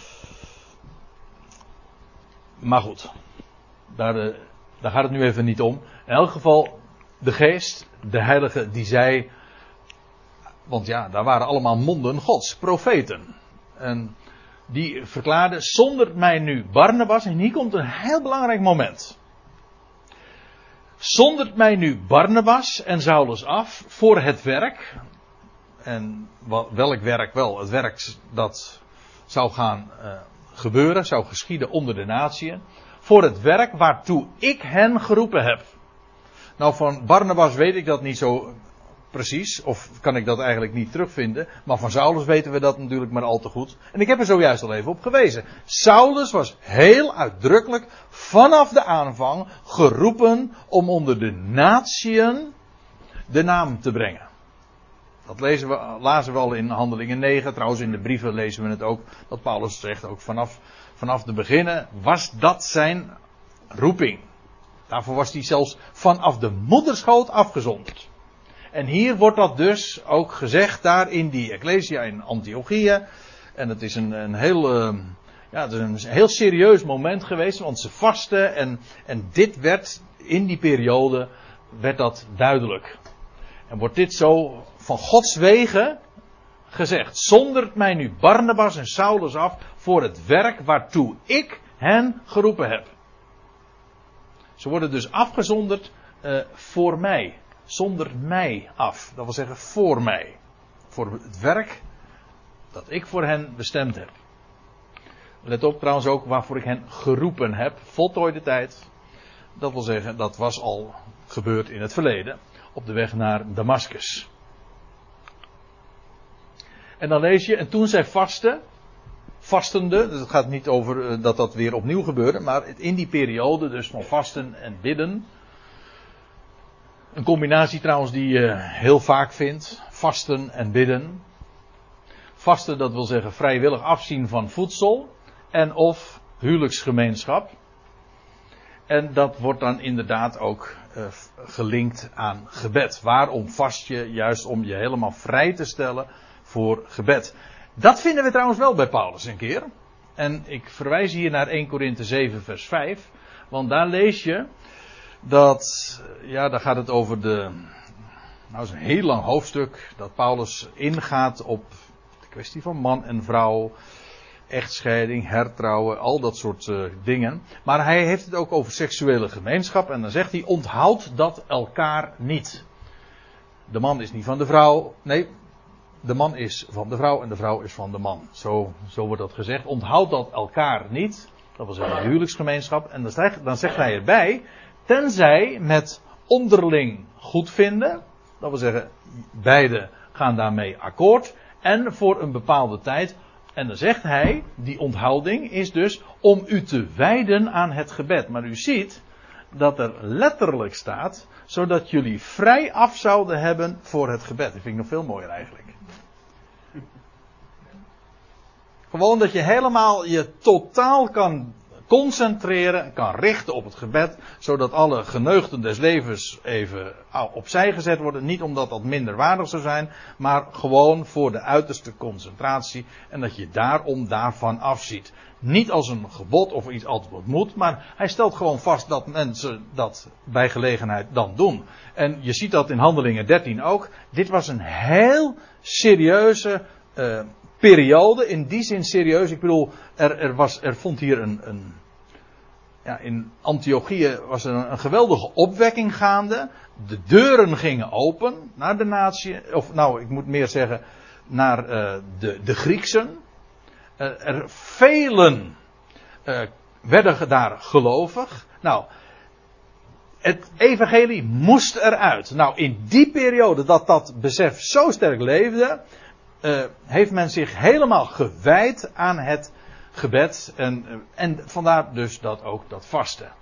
Maar goed, daar gaat het nu even niet om. In elk geval, de geest, de heilige, die zei, want ja, daar waren allemaal monden Gods, profeten. En die verklaarden, zondert mij nu Barnabas, en hier komt een heel belangrijk moment. Zondert mij nu Barnabas en Saulus af voor het werk. En welk werk wel? Het werk dat zou gaan gebeuren, zou geschieden onder de natieën. Voor het werk waartoe ik hen geroepen heb. Nou, van Barnabas weet ik dat niet zo precies, of kan ik dat eigenlijk niet terugvinden. Maar van Saulus weten we dat natuurlijk maar al te goed. En ik heb er zojuist al even op gewezen. Saulus was heel uitdrukkelijk vanaf de aanvang geroepen om onder de natieën de naam te brengen. Dat lazen we al in Handelingen 9. Trouwens in de brieven lezen we het ook. Dat Paulus zegt ook vanaf de beginnen was dat zijn roeping. Daarvoor was hij zelfs vanaf de moederschoot afgezonderd. En hier wordt dat dus ook gezegd daar in die Ecclesia in Antiochië. En het is een heel serieus moment geweest. Want ze vasten en dit werd in die periode werd dat duidelijk. En wordt dit zo van Gods wegen gezegd. Zondert mij nu Barnabas en Saulus af voor het werk waartoe ik hen geroepen heb. Ze worden dus afgezonderd voor mij. Zonder mij af. Dat wil zeggen voor mij. Voor het werk dat ik voor hen bestemd heb. Let op trouwens ook waarvoor ik hen geroepen heb. Voltooide tijd. Dat wil zeggen, dat was al gebeurd in het verleden. Op de weg naar Damascus. En dan lees je, en toen zij vastende, dus het gaat niet over dat weer opnieuw gebeurde, maar in die periode dus van vasten en bidden. Een combinatie trouwens die je heel vaak vindt, vasten en bidden. Vasten, dat wil zeggen vrijwillig afzien van voedsel en of huwelijksgemeenschap. En dat wordt dan inderdaad ook gelinkt aan gebed. Waarom vast je? Juist om je helemaal vrij te stellen voor gebed. Dat vinden we trouwens wel bij Paulus een keer. En ik verwijs hier naar 1 Korinthe 7 vers 5. Want daar lees je dat, ja, daar gaat het over nou is een heel lang hoofdstuk dat Paulus ingaat op de kwestie van man en vrouw, echtscheiding, hertrouwen, al dat soort dingen. Maar hij heeft het ook over seksuele gemeenschap en dan zegt hij, onthoud dat elkaar niet. De man is niet van de vrouw, nee, de man is van de vrouw en de vrouw is van de man. Zo wordt dat gezegd. Onthoud dat elkaar niet. Dat wil zeggen de huwelijksgemeenschap. En dan zegt hij erbij, tenzij met onderling goedvinden. Dat wil zeggen, beide gaan daarmee akkoord. En voor een bepaalde tijd. En dan zegt hij, die onthouding is dus om u te wijden aan het gebed. Maar u ziet dat er letterlijk staat, zodat jullie vrij af zouden hebben voor het gebed. Dat vind ik nog veel mooier eigenlijk. Gewoon dat je helemaal je totaal kan concentreren, kan richten op het gebed, zodat alle geneugten des levens even opzij gezet worden. Niet omdat dat minder waardig zou zijn, maar gewoon voor de uiterste concentratie en dat je daarvan afziet. Niet als een gebod of iets altijd wat moet, maar hij stelt gewoon vast dat mensen dat bij gelegenheid dan doen. En je ziet dat in Handelingen 13 ook. Dit was een heel serieuze periode, in die zin serieus. Ik bedoel, er vond hier in Antiochië was er een geweldige opwekking gaande. De deuren gingen open naar de natie, of nou, ik moet meer zeggen, naar de Grieksen. Velen werden daar gelovig. Nou, het evangelie moest eruit. Nou, in die periode dat besef zo sterk leefde, heeft men zich helemaal gewijd aan het gebed. En vandaar dus dat vasten.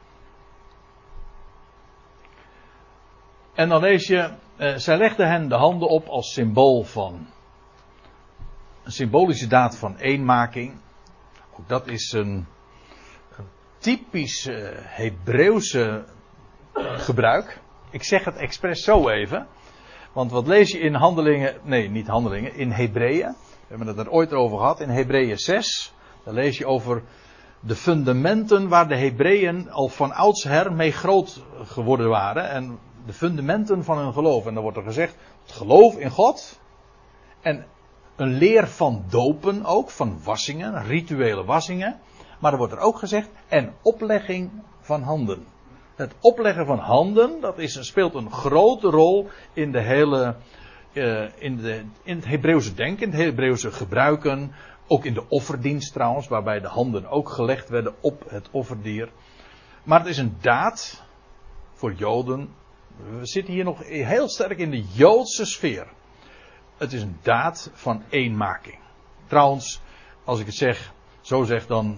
En dan lees je, zij legden hen de handen op als symbool van een symbolische daad van eenmaking. Ook dat is een typisch Hebreeuwse gebruik. Ik zeg het expres zo even. Want wat lees je in in Hebreeën. We hebben het er ooit over gehad. In Hebreeën 6. Daar lees je over de fundamenten waar de Hebreeën al van oudsher mee groot geworden waren. En de fundamenten van hun geloof. En dan wordt er gezegd, het geloof in God. En een leer van dopen ook, van wassingen, rituele wassingen. Maar er wordt er ook gezegd, en oplegging van handen. Het opleggen van handen, dat speelt een grote rol in de hele, in het Hebreeuwse denken, in het Hebreeuwse gebruiken. Ook in de offerdienst trouwens, waarbij de handen ook gelegd werden op het offerdier. Maar het is een daad voor Joden. We zitten hier nog heel sterk in de Joodse sfeer. Het is een daad van eenmaking. Trouwens, als ik het zo zeg, dan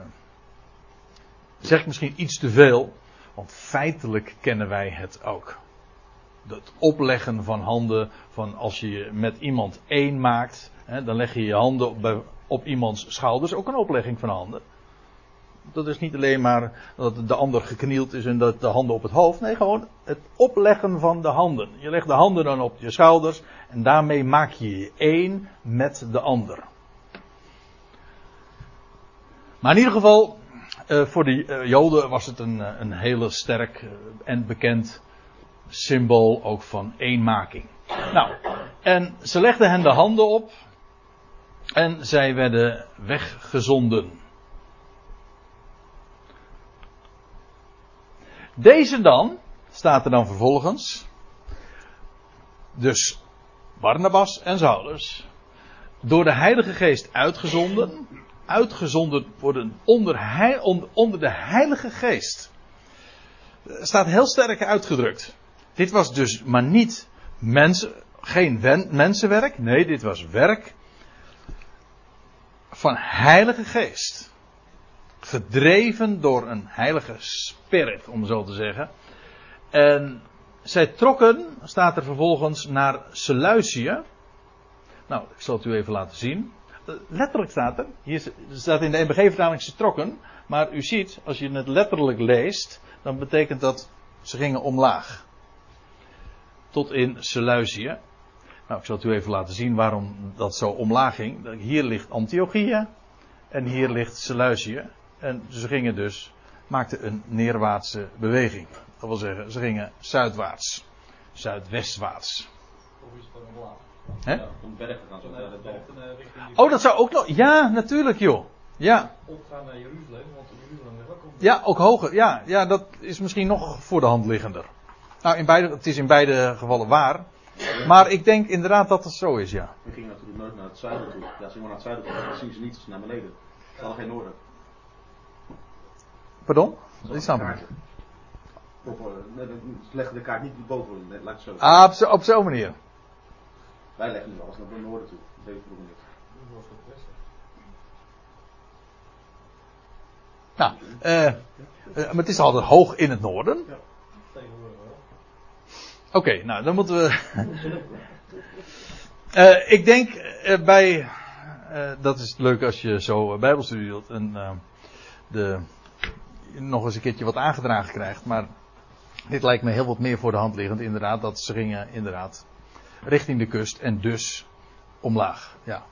zeg ik misschien iets te veel. Want feitelijk kennen wij het ook. Het opleggen van handen, van als je met iemand één maakt, dan leg je je handen op iemands schouders, ook een oplegging van handen. Dat is niet alleen maar dat de ander geknield is en dat de handen op het hoofd. Nee, gewoon het opleggen van de handen. Je legt de handen dan op je schouders en daarmee maak je je één met de ander. Maar in ieder geval, voor de Joden was het een hele sterk en bekend symbool ook van eenmaking. Nou, en ze legden hen de handen op en zij werden weggezonden. Deze dan, staat er dan vervolgens, dus Barnabas en Saulus, door de Heilige Geest uitgezonden worden onder de Heilige Geest. Staat heel sterk uitgedrukt. Dit was dus maar niet geen mensenwerk, nee, dit was werk van Heilige Geest. Gedreven door een heilige spirit, om zo te zeggen. En zij trokken, staat er vervolgens, naar Seleucië. Nou, ik zal het u even laten zien. Letterlijk staat er, hier staat in de NBG-vertaling ze trokken. Maar u ziet, als je het letterlijk leest, dan betekent dat ze gingen omlaag. Tot in Seleucië. Nou, ik zal het u even laten zien waarom dat zo omlaag ging. Hier ligt Antiochië en hier ligt Seleucië. En ze maakten een neerwaartse beweging. Dat wil zeggen, ze gingen zuidwaarts. Zuidwestwaarts. Of is het gewoon omlaag? Hè? Ja, om bergen gaan zo naar de berg. Richting die Oh, dat zou ook nog. Ja, natuurlijk joh. Ja. opgaan naar Jeruzalem, want Jeruzalem is ook om. Ja, ook hoger. Ja, dat is misschien nog voor de hand liggender. Nou, het is in beide gevallen waar. Maar ik denk inderdaad dat het zo is, ja. We gingen natuurlijk nooit naar het zuiden toe. Ja, ze gingen naar het zuiden toe. Dan zien ze niet naar beneden. Ze hadden geen noorden. Pardon? Die snap ik niet. Ze leggen de kaart niet boven, laat ik het zo. Ah, op zo'n manier. Wij leggen nu alles naar het noorden toe. Dat deed ik vroeger niet. Dat was het westen. Nou, maar het is altijd hoog in het noorden. Ja, tegenwoordig wel. Oké, nou dan moeten we. Ik denk bij dat is leuk als je zo bijbelstudie doet en nog eens een keertje wat aangedragen krijgt. Maar dit lijkt me heel wat meer voor de hand liggend, inderdaad. Dat ze gingen inderdaad richting de kust en dus omlaag. Ja.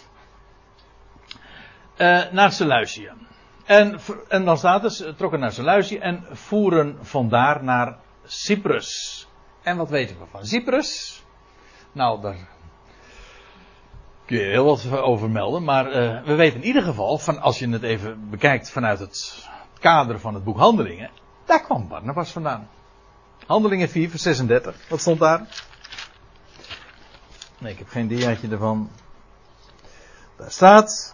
Naar Seleucië. En dan staat er, ze trokken naar Seleucië en voeren vandaar naar Cyprus. En wat weten we van Cyprus? Nou, daar kun je heel wat over melden. Maar we weten in ieder geval, van als je het even bekijkt vanuit het kader van het boek Handelingen. Daar kwam Barnabas vandaan. Handelingen 4 vers 36. Wat stond daar? Nee, ik heb geen diaatje ervan. Daar staat.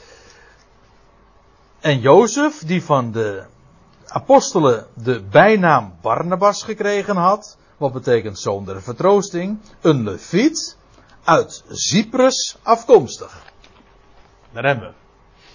En Jozef, die van de apostelen de bijnaam Barnabas gekregen had. Wat betekent zoon der vertroosting. Een Leviet uit Cyprus afkomstig. Daar hebben we.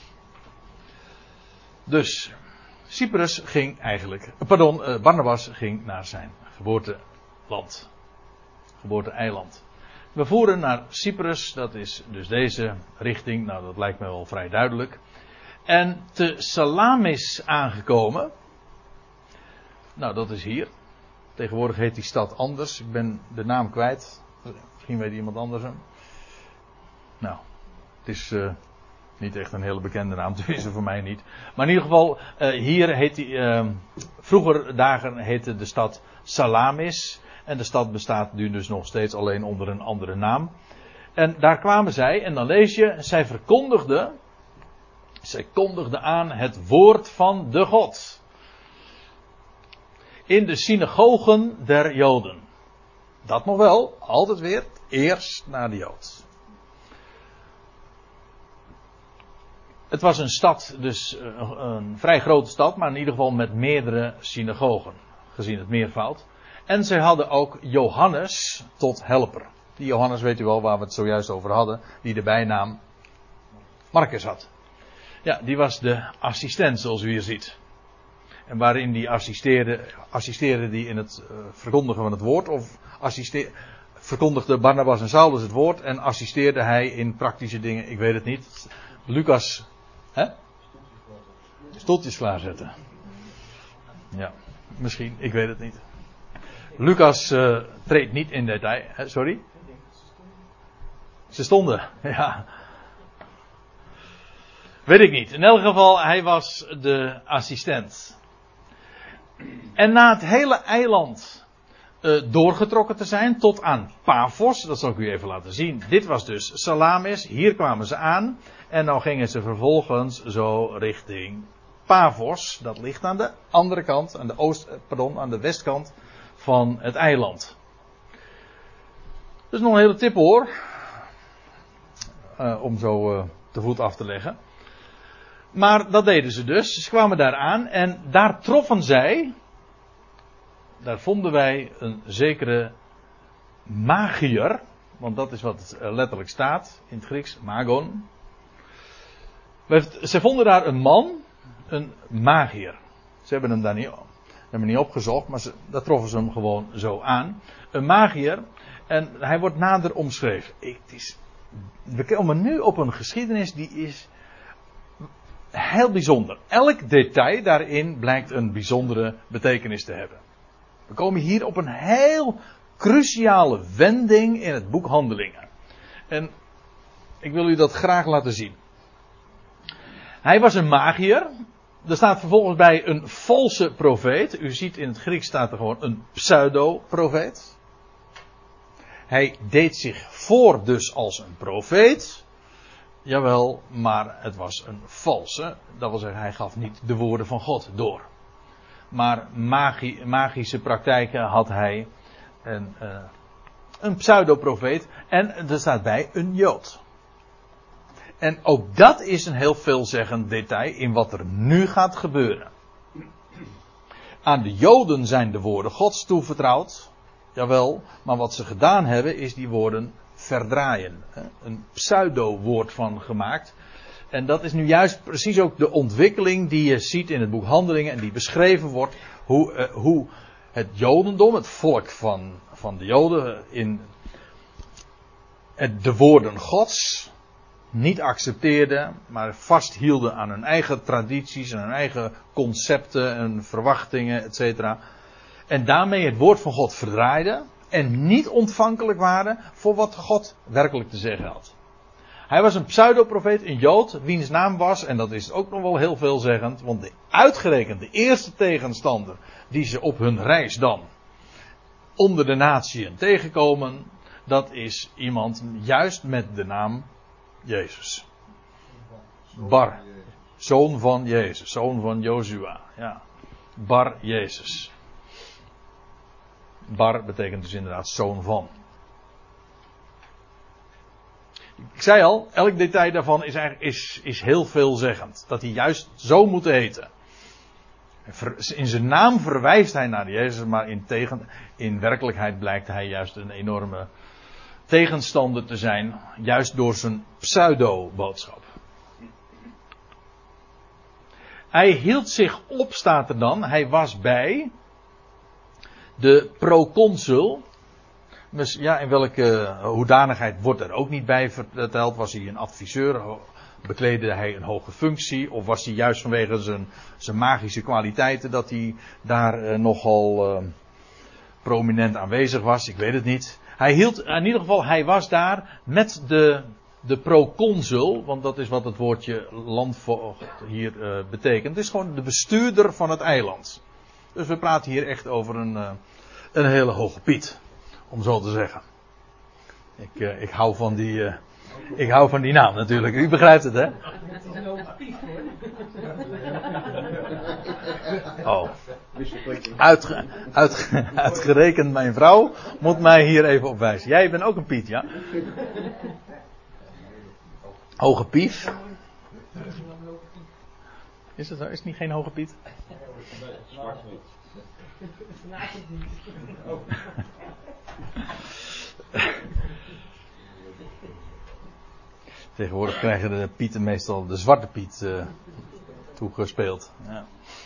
Dus Cyprus ging eigenlijk. Barnabas ging naar zijn geboorteland. Geboorte-eiland. We voeren naar Cyprus, dat is dus deze richting. Nou, dat lijkt me wel vrij duidelijk. En te Salamis aangekomen. Nou, dat is hier. Tegenwoordig heet die stad anders. Ik ben de naam kwijt. Misschien weet iemand anders hem. Nou, het is niet echt een hele bekende naam, tenminste voor mij niet. Maar in ieder geval, hier heet die. Vroeger dagen heette de stad Salamis. En de stad bestaat nu dus nog steeds alleen onder een andere naam. En daar kwamen zij, en dan lees je, zij kondigde aan het woord van de God. In de synagogen der Joden. Dat nog wel, altijd weer, eerst naar de Jood. Het was een stad, dus een vrij grote stad, maar in ieder geval met meerdere synagogen, gezien het meervoud. En zij hadden ook Johannes tot helper. Die Johannes, weet u wel, waar we het zojuist over hadden, die de bijnaam Marcus had. Ja, die was de assistent, zoals u hier ziet. En waarin die assisteerde die in het verkondigen van het woord, of verkondigde Barnabas en Saulus het woord en assisteerde hij in praktische dingen, ik weet het niet. Lucas, stoeltjes klaarzetten. Ja, misschien, ik weet het niet. Lucas treedt niet in detail, sorry? Ze stonden, ja. Weet ik niet. In elk geval, hij was de assistent. En na het hele eiland doorgetrokken te zijn tot aan Paphos, dat zal ik u even laten zien. Dit was dus Salamis, hier kwamen ze aan. En dan gingen ze vervolgens zo richting Paphos. Dat ligt aan de andere kant, aan de westkant van het eiland. Dat is nog een hele tip hoor. Om zo te voet af te leggen. Maar dat deden ze dus. Ze kwamen daar aan en daar troffen zij. Daar vonden wij een zekere magier. Want dat is wat het letterlijk staat in het Grieks. Magon. Ze vonden daar een man. Een magier. Ze hebben hem daar niet opgezocht. Maar daar troffen ze hem gewoon zo aan. Een magier. En hij wordt nader omschreven. We komen nu op een geschiedenis die is heel bijzonder. Elk detail daarin blijkt een bijzondere betekenis te hebben. We komen hier op een heel cruciale wending in het boek Handelingen. En ik wil u dat graag laten zien. Hij was een magier. Er staat vervolgens bij een valse profeet. U ziet in het Grieks staat er gewoon een pseudo-profeet. Hij deed zich voor dus als een profeet. Jawel, maar het was een valse. Dat wil zeggen, hij gaf niet de woorden van God door. Maar magische praktijken had hij. Een pseudoprofeet. En er staat bij een Jood. En ook dat is een heel veelzeggend detail in wat er nu gaat gebeuren. Aan de Joden zijn de woorden Gods toevertrouwd. Jawel, maar wat ze gedaan hebben is die woorden verdraaien. Een pseudo-woord van gemaakt. En dat is nu juist precies ook de ontwikkeling die je ziet in het boek Handelingen. En die beschreven wordt hoe het Jodendom, het volk van de Joden, in de woorden Gods niet accepteerden, maar vasthielden aan hun eigen tradities en hun eigen concepten en verwachtingen, etc. En daarmee het woord van God verdraaiden en niet ontvankelijk waren voor wat God werkelijk te zeggen had. Hij was een pseudoprofeet, een Jood, wiens naam was, en dat is ook nog wel heel veelzeggend, want uitgerekend de eerste tegenstander die ze op hun reis dan onder de natieën tegenkomen, dat is iemand juist met de naam Jezus. Bar, zoon van Jezus, zoon van Jozua, ja. Bar Jezus. Bar betekent dus inderdaad zoon van. Ik zei al, elk detail daarvan is heel veelzeggend. Dat hij juist zo moet heten. In zijn naam verwijst hij naar Jezus, maar in werkelijkheid blijkt hij juist een enorme tegenstander te zijn. Juist door zijn pseudo-boodschap. Hij hield zich op, staat er dan. Hij was bij de proconsul. Dus ja, in welke hoedanigheid wordt er ook niet bij verteld. Was hij een adviseur? Bekleedde hij een hoge functie? Of was hij juist vanwege zijn magische kwaliteiten dat hij daar nogal prominent aanwezig was? Ik weet het niet. In ieder geval, hij was daar met de proconsul. Want dat is wat het woordje landvoogd hier betekent. Het is gewoon de bestuurder van het eiland. Dus we praten hier echt over een hele hoge piet. Om zo te zeggen. Ik hou van die naam natuurlijk. U begrijpt het, hè? Het is een hoge piek, Oh. hoor. Uitgerekend mijn vrouw moet mij hier even opwijzen. Jij bent ook een Piet, ja? Hoge Pief. Is het zo? Is het niet geen Hoge Piet? Tegenwoordig krijgen de Pieten meestal de Zwarte Piet toegespeeld. Ja.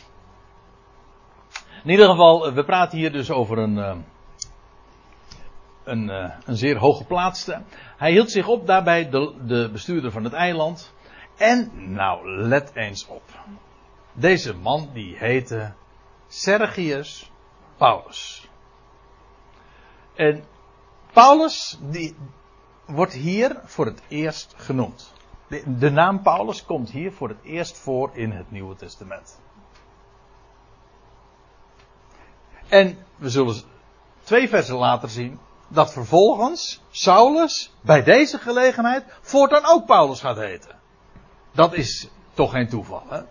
In ieder geval, we praten hier dus over een zeer hooggeplaatste. Hij hield zich op daarbij de bestuurder van het eiland. En nou, let eens op. Deze man die heette Sergius Paulus. En Paulus die wordt hier voor het eerst genoemd. De naam Paulus komt hier voor het eerst voor in het Nieuwe Testament. En we zullen 2 versen later zien dat vervolgens Saulus bij deze gelegenheid voortaan ook Paulus gaat heten. Dat is toch geen toeval, hè?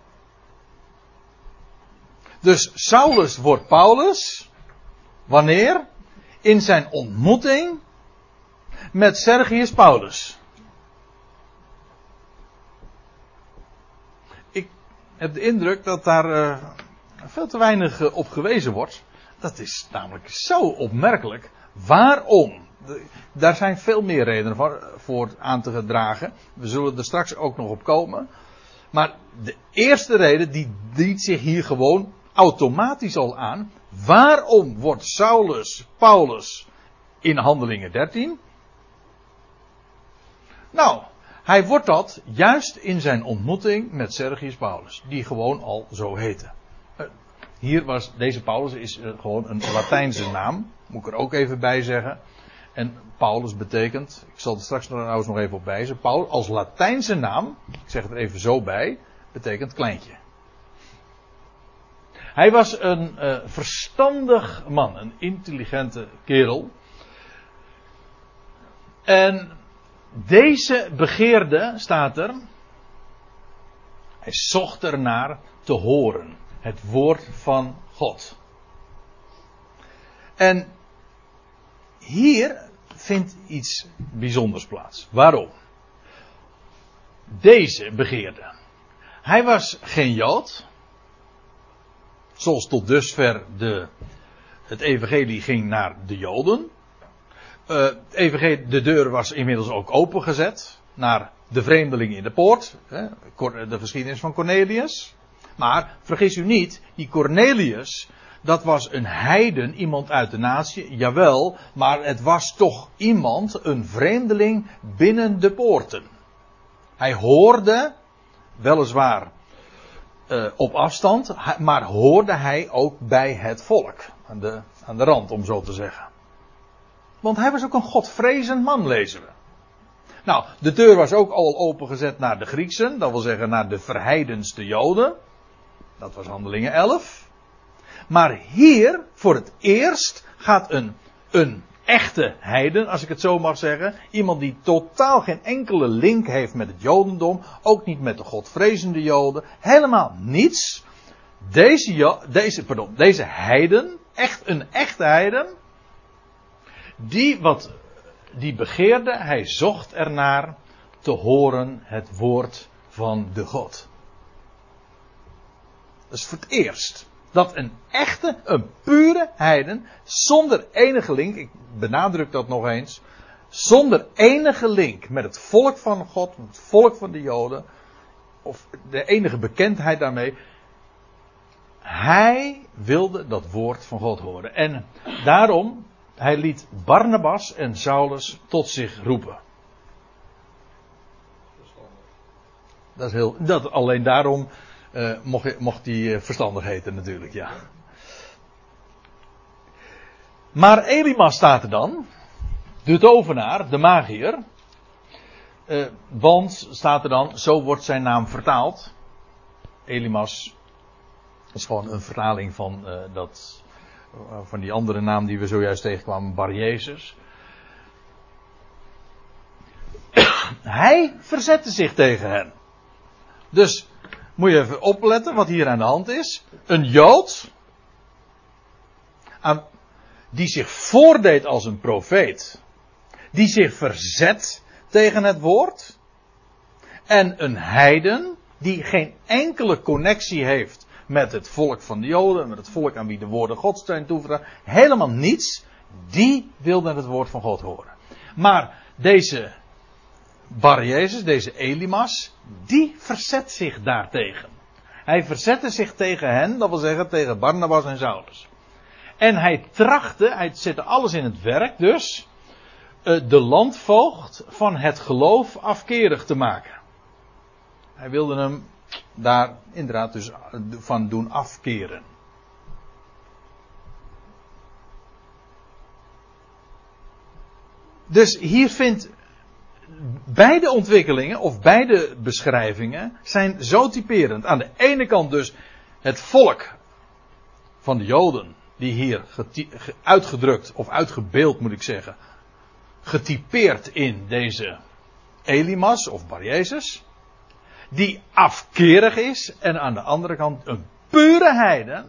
Dus Saulus wordt Paulus. Wanneer? In zijn ontmoeting met Sergius Paulus. Ik heb de indruk dat daar veel te weinig op gewezen wordt. Dat is namelijk zo opmerkelijk. Waarom? Daar zijn veel meer redenen voor aan te dragen. We zullen er straks ook nog op komen. Maar de eerste reden die dient zich hier gewoon automatisch al aan. Waarom wordt Saulus Paulus in Handelingen 13? Nou, hij wordt dat juist in zijn ontmoeting met Sergius Paulus. Die gewoon al zo heette. Deze Paulus is gewoon een Latijnse naam. Moet ik er ook even bij zeggen. En Paulus betekent, ik zal er straks trouwens nog even op wijzen. Paulus als Latijnse naam, ik zeg het er even zo bij, betekent kleintje. Hij was een verstandig man, een intelligente kerel. En deze begeerde, staat er, hij zocht ernaar te horen. Het woord van God. En hier vindt iets bijzonders plaats. Waarom? Deze begeerde. Hij was geen Jood. Zoals tot dusver het evangelie ging naar de Joden. De deur was inmiddels ook opengezet naar de vreemdelingen in de poort. De geschiedenis van Cornelius. Maar vergis u niet, die Cornelius, dat was een heiden, iemand uit de natie, jawel, maar het was toch iemand, een vreemdeling binnen de poorten. Hij hoorde, weliswaar op afstand, maar hoorde hij ook bij het volk. Aan de rand, om zo te zeggen. Want hij was ook een godvrezend man, lezen we. Nou, de deur was ook al opengezet naar de Grieksen, dat wil zeggen naar de verheidenste Joden. Dat was Handelingen 11. Maar hier, voor het eerst, gaat een echte heiden, als ik het zo mag zeggen. Iemand die totaal geen enkele link heeft met het Jodendom. Ook niet met de godvrezende Joden. Helemaal niets. Deze heiden, een echte heiden. Die begeerde, hij zocht ernaar te horen het woord van de God. Dat is voor het eerst. Dat een pure heiden, zonder enige link, ik benadruk dat nog eens, zonder enige link met het volk van God, met het volk van de Joden, of de enige bekendheid daarmee, hij wilde dat woord van God horen. En daarom, hij liet Barnabas en Saulus tot zich roepen. Alleen daarom mocht hij verstandig heten natuurlijk, ja. Maar Elimas staat er dan, de tovenaar, de magier. Want, staat er dan, zo wordt zijn naam vertaald. Elimas, dat is gewoon een vertaling van die andere naam die we zojuist tegenkwamen, Bar Jezus. Hij verzette zich tegen hen. Dus moet je even opletten wat hier aan de hand is. Een Jood die zich voordeed als een profeet, die zich verzet tegen het woord, en een heiden die geen enkele connectie heeft met het volk van de Joden, met het volk aan wie de woorden Gods zijn toevertrouwd, helemaal niets, die wilden het woord van God horen. Maar deze Bar Jezus, deze Elimas, die verzet zich daartegen. Hij verzette zich tegen hen, dat wil zeggen tegen Barnabas en Saulus. En hij zette alles in het werk dus, de landvoogd van het geloof afkerig te maken. Hij wilde hem daar inderdaad dus van doen afkeren. Dus hier vindt beide ontwikkelingen of beide beschrijvingen zijn zo typerend. Aan de ene kant dus het volk van de Joden, die hier uitgedrukt of uitgebeeld moet ik zeggen, getypeerd in deze Elimas of Bar Jezus, die afkerig is, en aan de andere kant een pure heiden,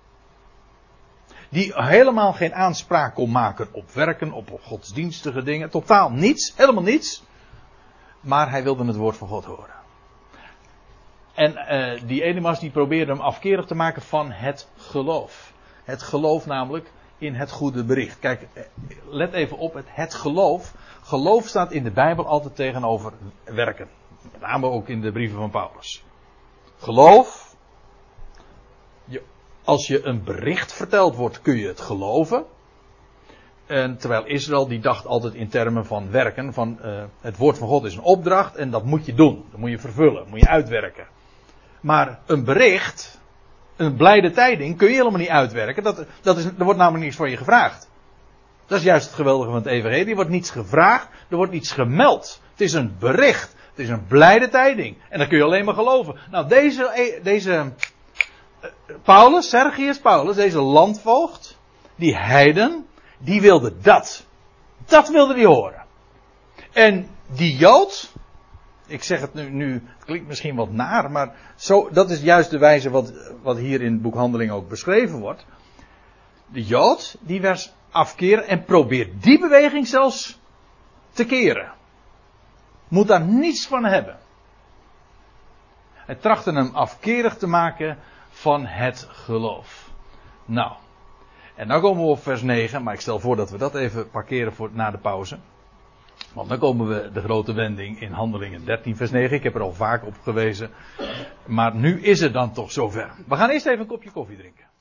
die helemaal geen aanspraak kon maken op werken, op godsdienstige dingen, totaal niets, helemaal niets, maar hij wilde het woord van God horen. En die Elimas die probeerde hem afkerig te maken van het geloof. Het geloof namelijk in het goede bericht. Kijk, let even op, het geloof. Geloof staat in de Bijbel altijd tegenover werken. Met name ook in de brieven van Paulus. Geloof. Als je een bericht verteld wordt, kun je het geloven. En terwijl Israël die dacht altijd in termen van werken. Van het woord van God is een opdracht en dat moet je doen. Dat moet je vervullen, moet je uitwerken. Maar een bericht, een blijde tijding, kun je helemaal niet uitwerken. Er wordt namelijk niets van je gevraagd. Dat is juist het geweldige van het evangelie. Er wordt niets gevraagd, er wordt niets gemeld. Het is een bericht. Het is een blijde tijding. En dat kun je alleen maar geloven. Nou, deze Sergius Paulus, deze landvoogd, die heiden, die wilde dat. Dat wilde hij horen. En die Jood, ik zeg het nu, het klinkt misschien wat naar, maar dat is juist de wijze wat hier in het boek Handelingen ook beschreven wordt. De Jood, die werd afkeren en probeert die beweging zelfs te keren. Moet daar niets van hebben. Hij trachtte hem afkerig te maken van het geloof. Nou, en dan komen we op vers 9, maar ik stel voor dat we dat even parkeren voor na de pauze. Want dan komen we de grote wending in Handelingen 13 vers 9. Ik heb er al vaak op gewezen. Maar nu is het dan toch zover. We gaan eerst even een kopje koffie drinken.